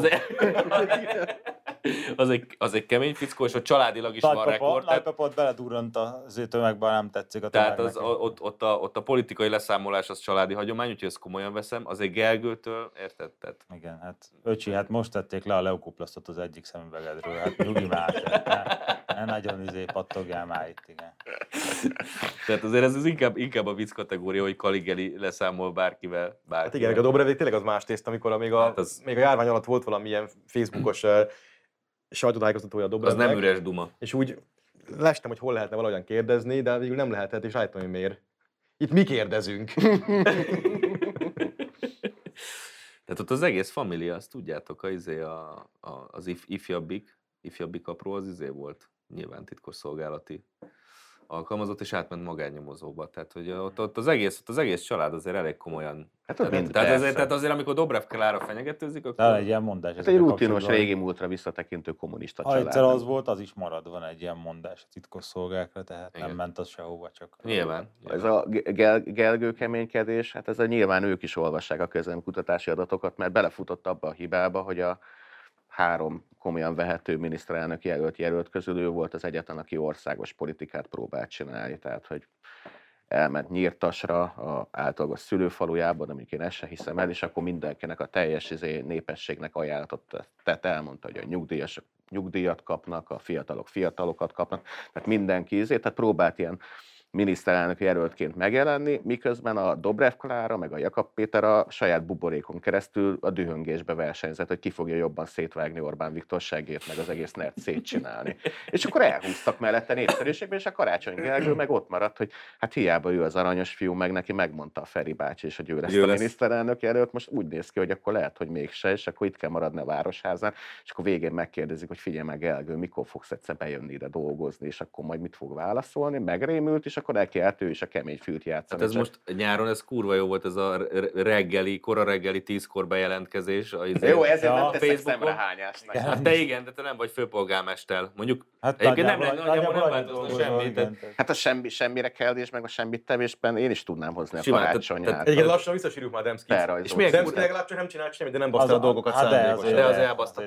S1: Az egy kemény fickó, és ott családilag is van rekord.
S2: Nagypapot beledurrant az tömegben, nem tetszik a
S1: tömegnek. Tehát ott a politikai leszámolás az családi hagyomány, úgyhogy ezt komolyan veszem. Az egy Gergőtől, érted?
S2: Igen, hát öcsi, hát most tették le a leukoplasztot az egyik szemüvegedről, hát nyugi már. Ne nagyon pattogjál már itt, igen.
S1: Tehát azért ez inkább a vicc kategória, hogy Kaligeli leszámol bárkivel.
S4: Hát igen, a Dobrev tényleg az más tészt, amikor még a járvány alatt volt valamilyen Facebookos sajtótájékoztatója a Dobrevnek.
S1: Az nem üres duma.
S4: És úgy lestem, hogy hol lehetne valahogyan kérdezni, de végül nem lehetett, és rájöttem, hogy miért. Itt mi kérdezünk.
S1: Tehát ott az egész família, azt tudjátok, az ifjabbik apró az volt nyilván titkosszolgálati alkalmazott, és átment magánnyomozóba. Tehát, hogy ott az egész család azért elég komolyan... Tehát azért, amikor Dobrev Klára fenyegetőzik, akkor...
S2: Talán egy ilyen mondás.
S3: Ez egy rutinos, régi múltra visszatekintő kommunista család.
S2: Ha egyszer az volt, az is marad, van egy ilyen mondás a titkosszolgákra, tehát nem ment az sehova, csak...
S1: Nyilván.
S3: Ez a Gelgő keménykedés, hát ez nyilván ők is olvassák a közlemkutatási adatokat, mert belefutott abba a hibába, hogy a 3 komolyan vehető miniszterelnök jelölt közül ő volt az egyetlen, aki országos politikát próbált csinálni. Tehát, hogy elment Nyírtasra, a általagos szülőfalujába, de mondjuk én ezt se hiszem el, és akkor mindenkinek a teljes népességnek ajánlatot tett, elmondta, hogy a nyugdíjasok nyugdíjat kapnak, a fiatalok fiatalokat kapnak, tehát mindenki tehát próbált ilyen miniszterelnök jelöltként megjelenni, miközben a Dobrev Klára meg a Jakab Péter a saját buborékon keresztül a dühöngésbe versenyzett, hogy ki fogja jobban szétvágni Orbán Viktor seggét, meg az egész NER-t szétcsinálni. És akkor elhúztak mellette népszerűségbe, és a Karácsony Gergő meg ott maradt, hogy hát hiába ő az aranyos fiú, meg neki megmondta a Feri bácsi is, hogy ő lesz a miniszterelnök jelölt, most úgy néz ki, hogy akkor lehet, hogy mégse, és akkor itt kell maradni a Városházán, és akkor végén megkérdezik, hogy figyelj meg Gergő, mikor fogsz egyszer bejönni ide dolgozni, és akkor majd mit fog válaszolni, megrémült, és akkor elkelt ő is a kemény fült játszani.
S1: Hát ez most nyáron ez kurva jó volt, ez a kora reggeli 10-kor bejelentkezés.
S3: Jó, ezért nem teszek szemrehányásnak.
S1: Hát te igen, de te nem vagy főpolgármester. Mondjuk egyébként nem változna semmit.
S3: Hát a semmire kellés, meg a semmit tevésben én is tudnám hozni a Karácsonyát.
S4: Egyébként lassan visszasírjuk már Demszkit. És miért Demszki legalább csak nem csinált semmit, de nem basztál a dolgokat
S1: szándékosan. De azért elbasztál.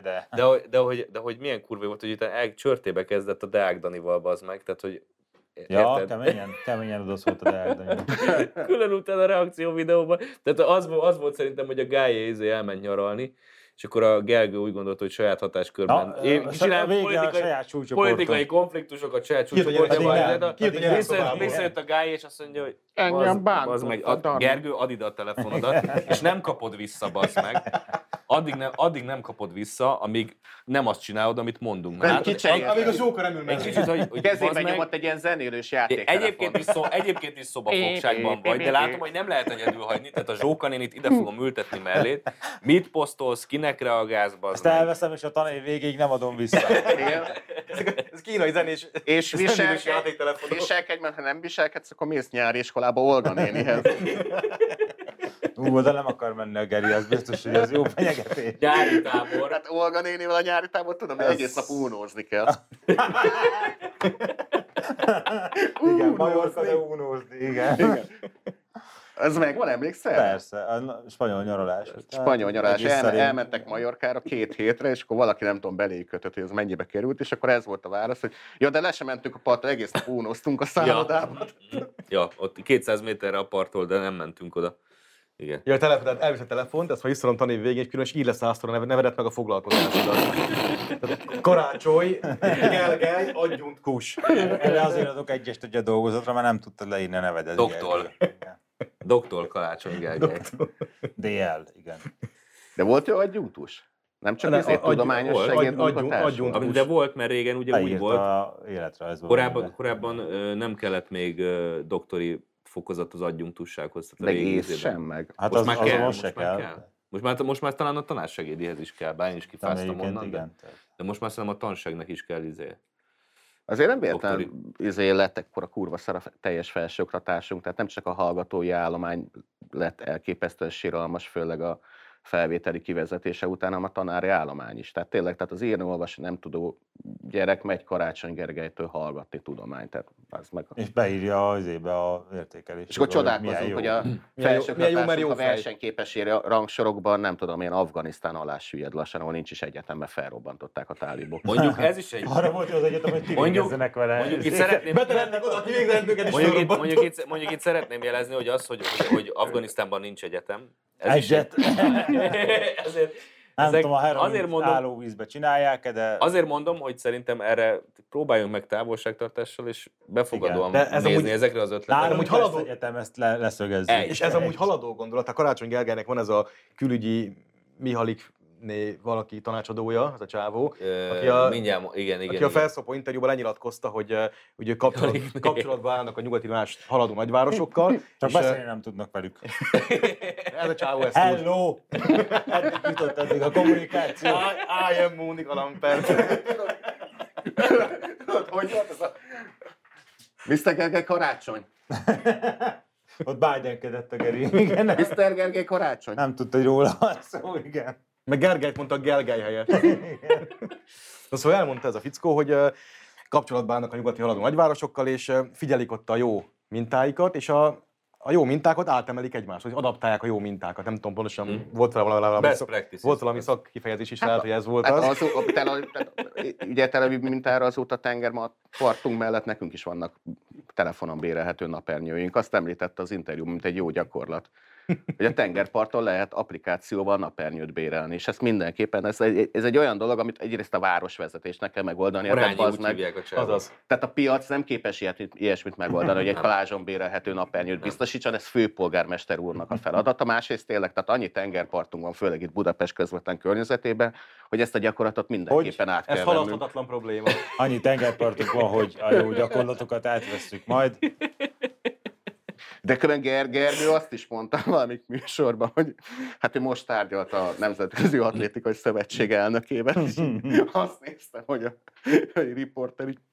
S1: De hogy milyen kurva volt, hogy itt csörtébe kezdett a Deák Danival, bazd meg, tehát hogy
S2: ja, keményen odaszólt a Deák Dani.
S1: Külön utána a reakció videóban. Tehát az volt szerintem, hogy a Gályé elment nyaralni, és akkor a Gergő úgy gondolta, hogy saját hatáskörben politikai konfliktusokat, saját csúcsoportjában. Visszajött a Gályé, és azt mondja, hogy bazd meg, Gergő, add ide a telefonodat, és nem kapod vissza, bazd meg. Addig nem kapod vissza, amíg nem azt csinálod, amit mondunk.
S4: Amíg a Zsóka nem ül meg.
S3: Kezében nyomott egy ilyen zenélős játék.
S1: Egyébként is szobafogságban vagy, de látom, hogy nem lehet egyedül hagyni, tehát a Zsóka nénit ide fogom ültetni mellét. Mit posztolsz, kinek reagálsz, bazd
S2: meg? Ezt elveszem, és a tanév végéig nem adom vissza.
S4: Ez kínai zenés.
S3: És viselkedj, mert ha nem viselkedsz, akkor mész nyári iskolába Olga nénihez.
S2: De nem akar menni a Geri, az biztos, hogy az jó fenyegetés.
S1: Nyári tábor.
S3: Hát Olga nénivel a nyári tábor, tudom, hogy egész nap unózni kell.
S2: Igen, Majorka, de unózni, igen.
S3: Ez megvan, emlékszel?
S2: Persze, a spanyol nyaralás.
S3: Spanyol nyaralás. Elmentek Majorkára 2 hétre, és akkor valaki nem tudom beléjük kötött, hogy ez mennyibe került, és akkor ez volt a válasz, hogy ja, de le sem mentünk a partra, egész nap unóztunk a szállodában.
S1: Ja, ott 200 méterre a parttól, de nem mentünk oda. Igen.
S4: Ja, elvisz a telefont, ezt majd visszalom tanév végén, és különös így lesz a nevedet meg a foglalkozásodat. Karácsony, Gergely, adjunt Kus.
S2: Erre azért adok egyest a dolgozatra, mert nem tudtad leírni a nevedet.
S1: Doktor Karácsony Gergely.
S2: DL, igen.
S3: De volt jó adjunktus? Nem csak ezért tudományos segédmunkatás?
S1: De volt, mert régen ugye úgy volt. Korábban nem kellett még doktori fokozat az adjunktussághoz.
S3: Meg ész sem meg.
S2: Hát most már kell.
S1: Most már talán a tanársegédihez is kell, bár én is kifáztam onnan, de most már szerintem a tanságnak is kell
S3: Azért nem véletlen lett ekkora kurva szar a teljes felsőoktatásunk, tehát nem csak a hallgatói állomány lett elképesztően siralmas, főleg a felvételi kivezetése után, hanem a tanári állomány is. Tehát tényleg, tehát az írni-olvasni nem tudó gyerek megy Karácsony Gergelytől hallgatni tudományt. Tehát az meg
S2: és beírja az a értékelést.
S3: És akkor csodálkozunk, hogy a felsőoktatásunk a versenyképességi rangsorokban, nem tudom, én Afganisztán alá süllyed lassan, ahol nincs is egyetem, mert felrobbantották a tálibok.
S1: Mondjuk ez is egy...
S2: Arra volt az egyetem, hogy kivégezzenek vele.
S1: Mondjuk itt szeretném...
S4: Betelennek oda, kivégzennünk
S1: mondjuk itt szeretném jelezni, hogy az, hogy Afganisztánban nincs egyetem.
S2: Ezért nem tudom, a heroin állóvízbe csinálják, de...
S1: Azért mondom, hogy szerintem erre próbáljunk meg távolságtartással, és befogadóan nézni ezekre az ötletekre.
S2: Nálunk haladó egyetem ezt leszögezzük.
S4: És ez amúgy haladó gondolat. A Karácsony Gergelynek van ez a külügyi Mihalik Bernie valaki tanácsadója, az a csávó, aki a felszopó interjúban lenyilatkozta, hogy ugye kapcsolatban állnak a nyugati más haladó nagyvárosokkal.
S2: Csak beszélni nem tudnak velük.
S4: Ez a csávó ezt
S2: Hello! Eddig jutott eddig a kommunikáció.
S4: I am Mónika Lampert.
S3: Hogy volt ez a... Mr. Gergely Karácsony?
S2: Ott Bidenkedett a Geri.
S3: Mr. Gergely Karácsony?
S2: Nem tudta, hogy róla van szó, igen.
S4: Meg Gergelyt mondta Gergely helyett. Na, szóval elmondta ez a fickó, hogy kapcsolatban állnak a nyugati haladó nagyvárosokkal, és figyelik ott a jó mintáikat, és a jó mintákat átemelik egymáshoz, és adaptálják a jó mintákat. Nem tudom pontosan, volt valami szakkifejezés is, lehet, hogy ez volt az.
S3: Ugye Tel Aviv mintára azóta tengerpartunk mellett nekünk is vannak telefonon bérelhető napernyőink. Azt említette az interjú, mint egy jó gyakorlat. Hogy a tengerparton lehet applikációval napernyőt bérelni, és ezt mindenképpen, ez egy olyan dolog, amit egyrészt a városvezetésnek kell megoldani. Tehát a piac nem képes ilyesmit megoldani, hogy egy plázson bérelhető napernyőt biztosítson, ez főpolgármester úrnak a feladata. Másrészt tényleg, tehát annyi tengerpartunk van, főleg itt Budapest közvetlen környezetében, hogy ezt a gyakorlatot mindenképpen át kell
S4: vennünk. Ez haladhatatlan probléma.
S2: Annyi tengerpartunk van, hogy a jó gyakorlatokat átvesszük majd.
S3: De külön Gergő azt is mondta valamik műsorban, hogy hát ő most tárgyalt a Nemzetközi Atlétikai Szövetség elnökével, és azt néztem, hogy a riporter így...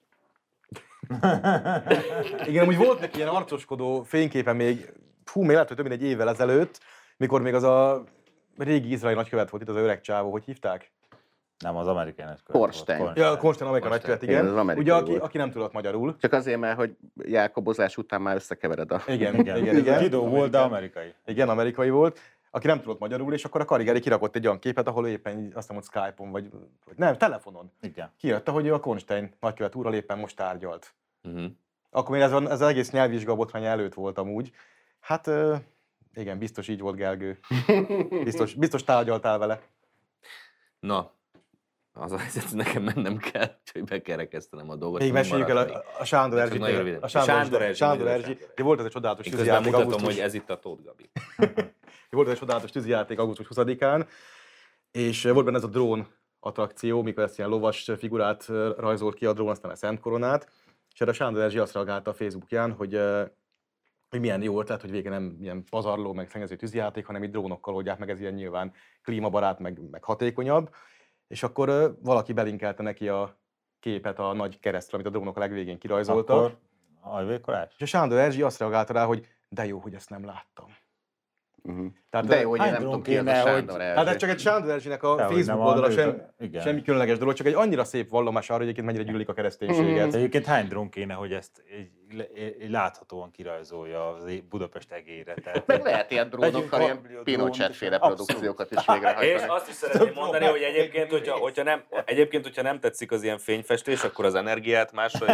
S4: Igen, amúgy volt neki ilyen arcoskodó fényképe még, még lehet, hogy több mint egy évvel ezelőtt, mikor még az a régi izraeli nagykövet volt itt, az öreg csávó, hogy hívták?
S2: Nem, az amerikai nagykövet.
S3: Korstein.
S4: Ja, Korstein amerikai nagykövet, igen. Ugye, aki nem tudott magyarul.
S3: Csak azért, mert hogy Jákobozás után már összekevered a...
S4: Igen.
S2: Zsidó volt, de amerikai.
S4: Igen, amerikai volt. Aki nem tudott magyarul, és akkor a Karigeri kirakott egy olyan képet, ahol éppen azt hiszem, hogy Skype-on, vagy nem, telefonon.
S2: Igen.
S4: Kiírta, hogy a Korstein nagykövet úrral éppen most tárgyalt. Akkor még ez az egész nyelvvizsga botrány előtt volt amúgy. Hát igen, biztos így volt Gergő. Biztos tárgyaltál vele.
S1: Na, az a helyzet, hogy nekem mennem kell, úgyhogy bekerekesztenem a dolgot.
S4: Még meséljük el a Sándor Erzsit. Sándor Erzsi. Volt ez egy csodálatos tűzijáték.
S1: Mutatom, hogy ez itt a Tóth Gabi.
S4: Volt ez egy csodálatos tűzijáték augusztus 20-án, és volt benne ez a drón attrakció, mikor ezt ilyen lovas figurát rajzolt ki a drón, aztán a Szent Koronát, és erre a Sándor Erzsi azt reagálta a Facebookján, hogy milyen jó ötlet, hogy végén nem ilyen pazarló, meg szennyező tűzijáték, hanem itt drónokkal oldják meg, ez ilyen nyilván klímabarát, meg hatékonyabb. És akkor valaki belinkelte neki a képet a nagy keresztre, amit a drónok a legvégén kirajzoltak.
S2: Akkor ajvékolás?
S4: És a Sándor Erzsi azt reagálta rá, hogy de jó, hogy ezt nem láttam.
S3: Tehát, de jó, hogy én nem tudom ki az a Sándor Erzsi.
S4: Tehát ez csak egy Sándor Erzsinek a Facebook oldala, semmi különleges dolog, csak egy annyira szép vallomás arra, hogy egyébként mennyire gyűlik a kereszténységet.
S2: Egyébként hány drón kéne, hogy ezt láthatóan kirajzolja a Budapest egére.
S3: Meg lehet ilyen drónokkal, ilyen Pinochet-féle produkciókat is végrehajtani.
S1: És azt is szeretném mondani, hogy egyébként, hogyha nem tetszik az ilyen fényfestés, akkor az energiát másra is.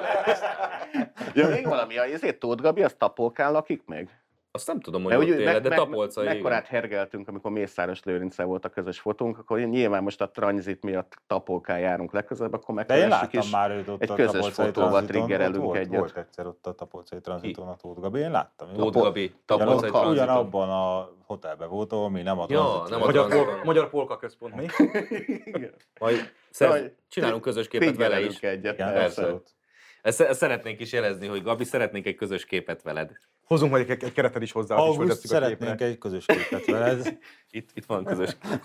S3: Ja, még valami, ezért Tóth Gabi, az Tapolkán lakik még?
S1: Azt nem tudom, hogy ott él, de Tapolcai.
S3: Mekkorát hergeltünk, amikor Mészáros Lőrinccel volt a közös fotónk, akkor nyilván most a tranzit miatt Tapolkán járunk legközelebb, akkor megkeressük is.
S2: Már őt ott
S3: egy közös fotóval triggerelünk egyet.
S2: Volt egyszer ott a Tapolcai tranziton a Tóth Gabi, én láttam.
S1: Tóth Gabi, Tapolcai tranziton.
S2: Ugyanabban a hotelben volt, ahol mi nem a
S4: tranziton. Magyar Polka Központ, mi?
S1: Majd csinálunk közös képet vele is. Ezt szeretnénk is jelezni, hogy Gabi, szeretnénk egy közös képet veled.
S4: Hozunk majd egy keretet is hozzá.
S2: Auguszt szeretnénk egy közös képet veled.
S1: Itt van közös kép.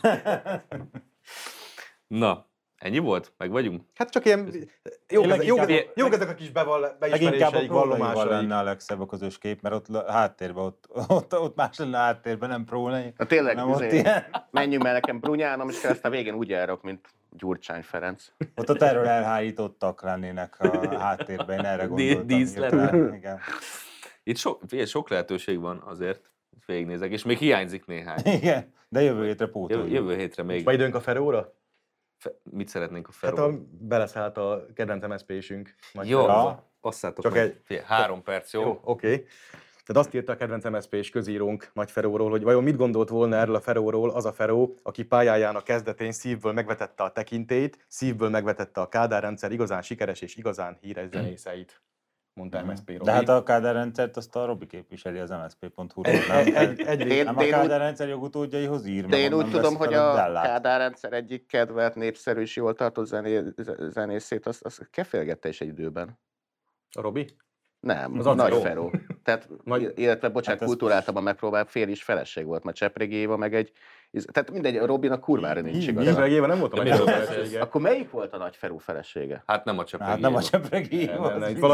S1: Na, ennyi volt? Meg vagyunk?
S4: Hát csak ilyen jók ezek a kis beismeréseik, vallomásai.
S2: Lenne a legszebb a közös kép, mert ott háttérben, ott más lenne a háttérben, nem próle.
S3: Na tényleg, menjünk, mert nekem Brunyánom, és aztán végén úgy elrak, mint Gyurcsány Ferenc.
S2: Ott a terror elhárítottak lennének a háttérben, én erre gondoltam.
S1: Díszlet. Igen. Itt sok lehetőség van azért, végignézek, és még hiányzik néhány.
S2: Igen, de jövő hétre pótoljuk.
S1: Jövő hétre még.
S4: Vagy időnk a Feróra?
S1: Mit szeretnénk a Feróra?
S4: Hát beleszállt a kedvenc MSZP-sünk.
S1: Jó, passzátok csak meg. 3 perc, jó?
S4: Oké. Tehát azt írta a kedvenc MSZP-s közírónk Nagy Feróról, hogy vajon mit gondolt volna erről a Feróról az a Feró, aki pályájának kezdetén szívből megvetette a tekintélyt, szívből megvetette a Kádár rendszer igazán sikeres és igazán híres zenészeit. mondta MSZP Robi.
S2: De hát a Kádár rendszert azt a Robi képviseli az MSZP.hu-ról, nem a Kádár rendszer jogutódjaihoz ír.
S3: De én úgy tudom, hogy a Kádár rendszer egyik kedvelt, népszerű és jól tartó zenészét, azt kefélgette is egy időben.
S4: A Robi?
S3: Nem, az Nagy Feró. Tehát, illetve, bocsánat, hát kultúráltabban megpróbált, fél is feleség volt, mert Csepregi Éva meg egy... Tehát mindegy, a Robinak kurvára nincs igaza.
S4: Csepregi Éva nem volt a Nagy Feró felesége.
S3: Akkor melyik volt a Nagy Feró felesége?
S1: Hát nem a Csepregi
S2: Éva. Hát nem a Csepregi Éva.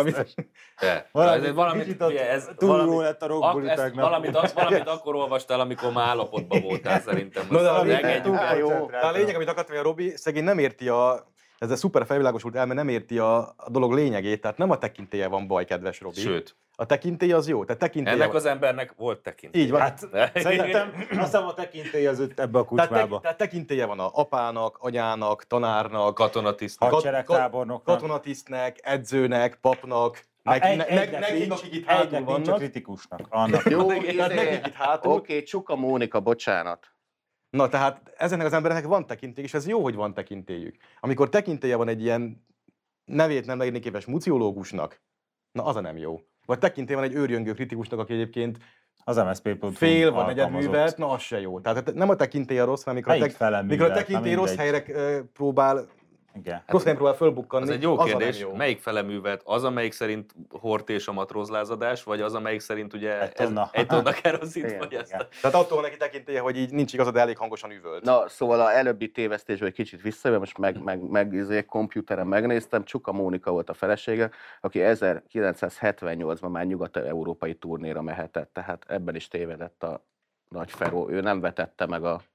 S1: Valamit
S2: túl lett a rockpolitáknak.
S1: Valamit akkor olvastál, amikor már állapotban voltál szerintem.
S4: No, de a lényeg, amit akartam, hogy a Robi szegény nem érti ezzel szuper felvilágosult el, mert nem érti a dolog lényegét, tehát nem a tekintélye van baj, kedves Robi.
S1: Sőt.
S4: A tekintély az jó.
S1: Ennek az embernek volt tekintély.
S4: Így van.
S2: Hát, szerintem azt hiszem a tekintély az ebbe a kucsmába.
S4: Tehát tekintélye van a apának, anyának, tanárnak,
S1: katonatisztnek,
S2: hadseregtábornoknak,
S4: katonatisztnek, edzőnek, papnak, nekik, akik itt hátul vannak.
S2: A kritikusnak.
S3: Jó, oké, Csuka Mónika, bocsánat.
S4: Na, tehát ezeknek az embereknek van tekintély, és ez jó, hogy van tekintélyük. Amikor tekintélye van egy ilyen nevét nem leírni képes muciológusnak, na az a nem jó. Vagy tekintély van egy őrjöngő kritikusnak, aki egyébként
S2: az MSZP.hu
S4: fél vagy negyedművelt, na az se jó. Tehát nem a tekintély a rossz, hanem mikor a tekintély rossz helyre próbál, rossz helyen próbál fölbukkanni.
S1: Ez egy jó kérdés. Jó. Melyik fele művelt? Az, amelyik szerint hort és a matrózlázadás, vagy az, amelyik szerint ugye egy tonna kerozit, vagy ezt?
S4: Tehát attól neki tekintélye, hogy így nincs igazad, de elég hangosan üvölt.
S3: Na, szóval az előbbi tévesztésből egy kicsit visszajövő, most meg komputeren megnéztem, Csuka Mónika volt a felesége, aki 1978-ban már nyugat-európai turnéra mehetett, tehát ebben is tévedett a Nagy Feró. Ő nem vetette meg a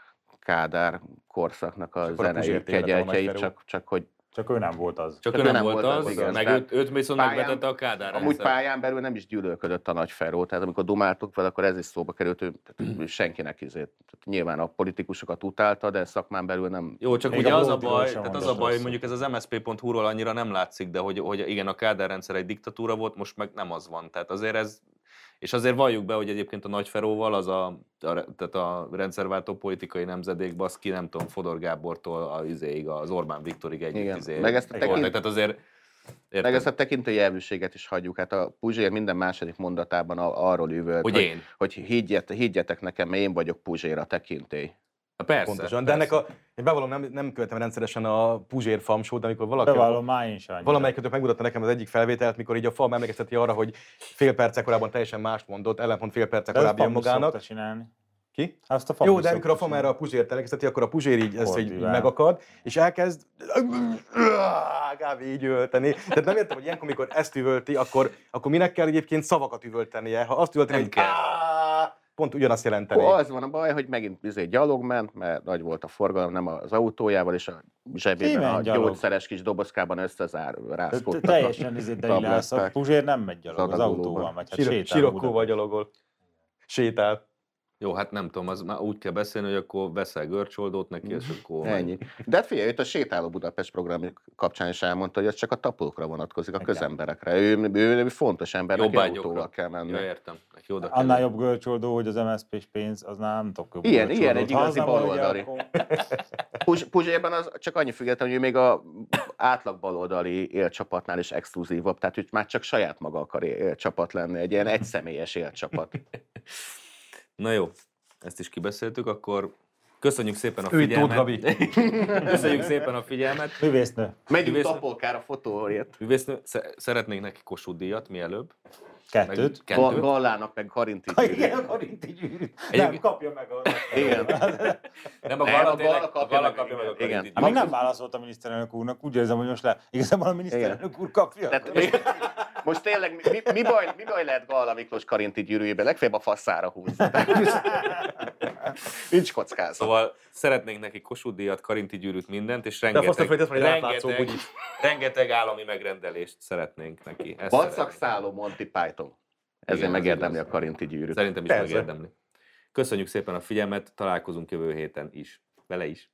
S3: Kádár korszaknak a zenei kegyeltjeit,
S2: csak ő nem volt az.
S1: Csak ő nem volt az, igen. Meg őt viszont megvetette a Kádár.
S3: Amúgy pályán belül nem is gyűlölködött a Nagy Feró, tehát amikor dumáltuk vele, akkor ez is szóba került, ő senkinek izét. Nyilván a politikusokat utálta, de szakmán belül nem...
S1: Jó, csak ugye az a baj, hogy mondjuk ez az MSZP.hu-ról annyira nem látszik, de hogy igen, a Kádár rendszer egy diktatúra volt, most meg nem az van. Tehát azért ez... És azért valljuk be, hogy egyébként a Nagy Feróval tehát a rendszerváltó politikai nemzedék, baszki, nem tudom, Fodor Gábortól az Orbán Viktorig együtt
S3: meg ezt
S1: tehát azért...
S3: Meg ezt a tekintői elvűséget is hagyjuk. Hát a Puzsér minden második mondatában arról üvölt, hogy higgyetek nekem, mert én vagyok Puzsér, a tekintély.
S1: Persze.
S4: Pontosan, de én bevallom, nem követem rendszeresen a Puzsér famsót, de amikor valamelyikötök megmutatta nekem az egyik felvételt, mikor így a fam emlékezteti arra, hogy fél perccel korábban teljesen mást mondott, ellenpont fél perccel korábban magának. Ki? Jó, de amikor a fam erre a Puzsért emlékezteti, akkor a Puzsér így ezt így megakad, és elkezd így üvölteni. Tehát nem értem, hogy ilyenkor, amikor ezt üvölti, akkor minek kell egyébként szavakat üvöltenie. Ha azt üvölteni, hogy pont ugyanazt jelenteni.
S3: Az van a baj, hogy megint gyalog ment, mert nagy volt a forgalom, nem az autójával, és a zsebében a gyógyszeres kis dobozkában összezárázkodtak.
S2: Teljesen deilász, a Puzsér nem megy gyalog, az autóval megy, hát sétál.
S4: Sirokkóval gyalogol. Sétál.
S1: Jó, hát nem tudom, az már úgy kell beszélni, hogy akkor veszel görcsoldót neki, és akkor...
S3: Ennyi. De hát figyelj, itt a Sétáló Budapest program kapcsán is elmondta, hogy ez csak a tapolókra vonatkozik, a közemberekre. Ő fontos ember, neki autóval kell menni.
S1: Ja, értem.
S2: Annál jobb görcsoldó, hogy az MSZP-s pénz, az nem tudok jobb
S3: ilyen egy igazi baloldali. Puzsérben az csak annyi független, hogy ő még az átlag baloldali élcsapatnál is exkluzívabb, tehát hogy már csak saját maga akar élcsapat lenni, egy ilyen egyszemélyes élcsapat.
S1: Na jó, ezt is kibeszéltük, akkor köszönjük szépen a figyelmet. Köszönjük szépen a figyelmet.
S2: Művésznő.
S3: Megyünk Tapolkára fotóért.
S1: Művésznő, szeretnénk neki Kossuth díjat mielőbb.
S2: Kettőt.
S3: Gallának meg Karinti gyűrűt.
S2: Igen, Karinti gyűrűt. Nem, kapja meg a...
S3: Igen.
S1: Nem, a Galla kapja meg a Karinti gyűrűt.
S2: Még nem válaszolt a miniszterelnök úrnak, úgy érzem, hogy most igazából a miniszterelnök úr kapja.
S3: Most tényleg, mi baj lehet Galla Miklós Karinti gyűrűjében? Legfeljebb a faszára húzza. Nincs kockázat.
S1: Szóval szeretnénk neki Kossuth díjat, Karinti gyűrűt, mindent, és rengeteg állami megrendelést szeretnénk neki.
S3: Bacagszálló Monty Python. Ezért megérdemli a Karinti gyűrűt.
S1: Szerintem is megérdemli. Köszönjük szépen a figyelmet, találkozunk jövő héten is. Vele is.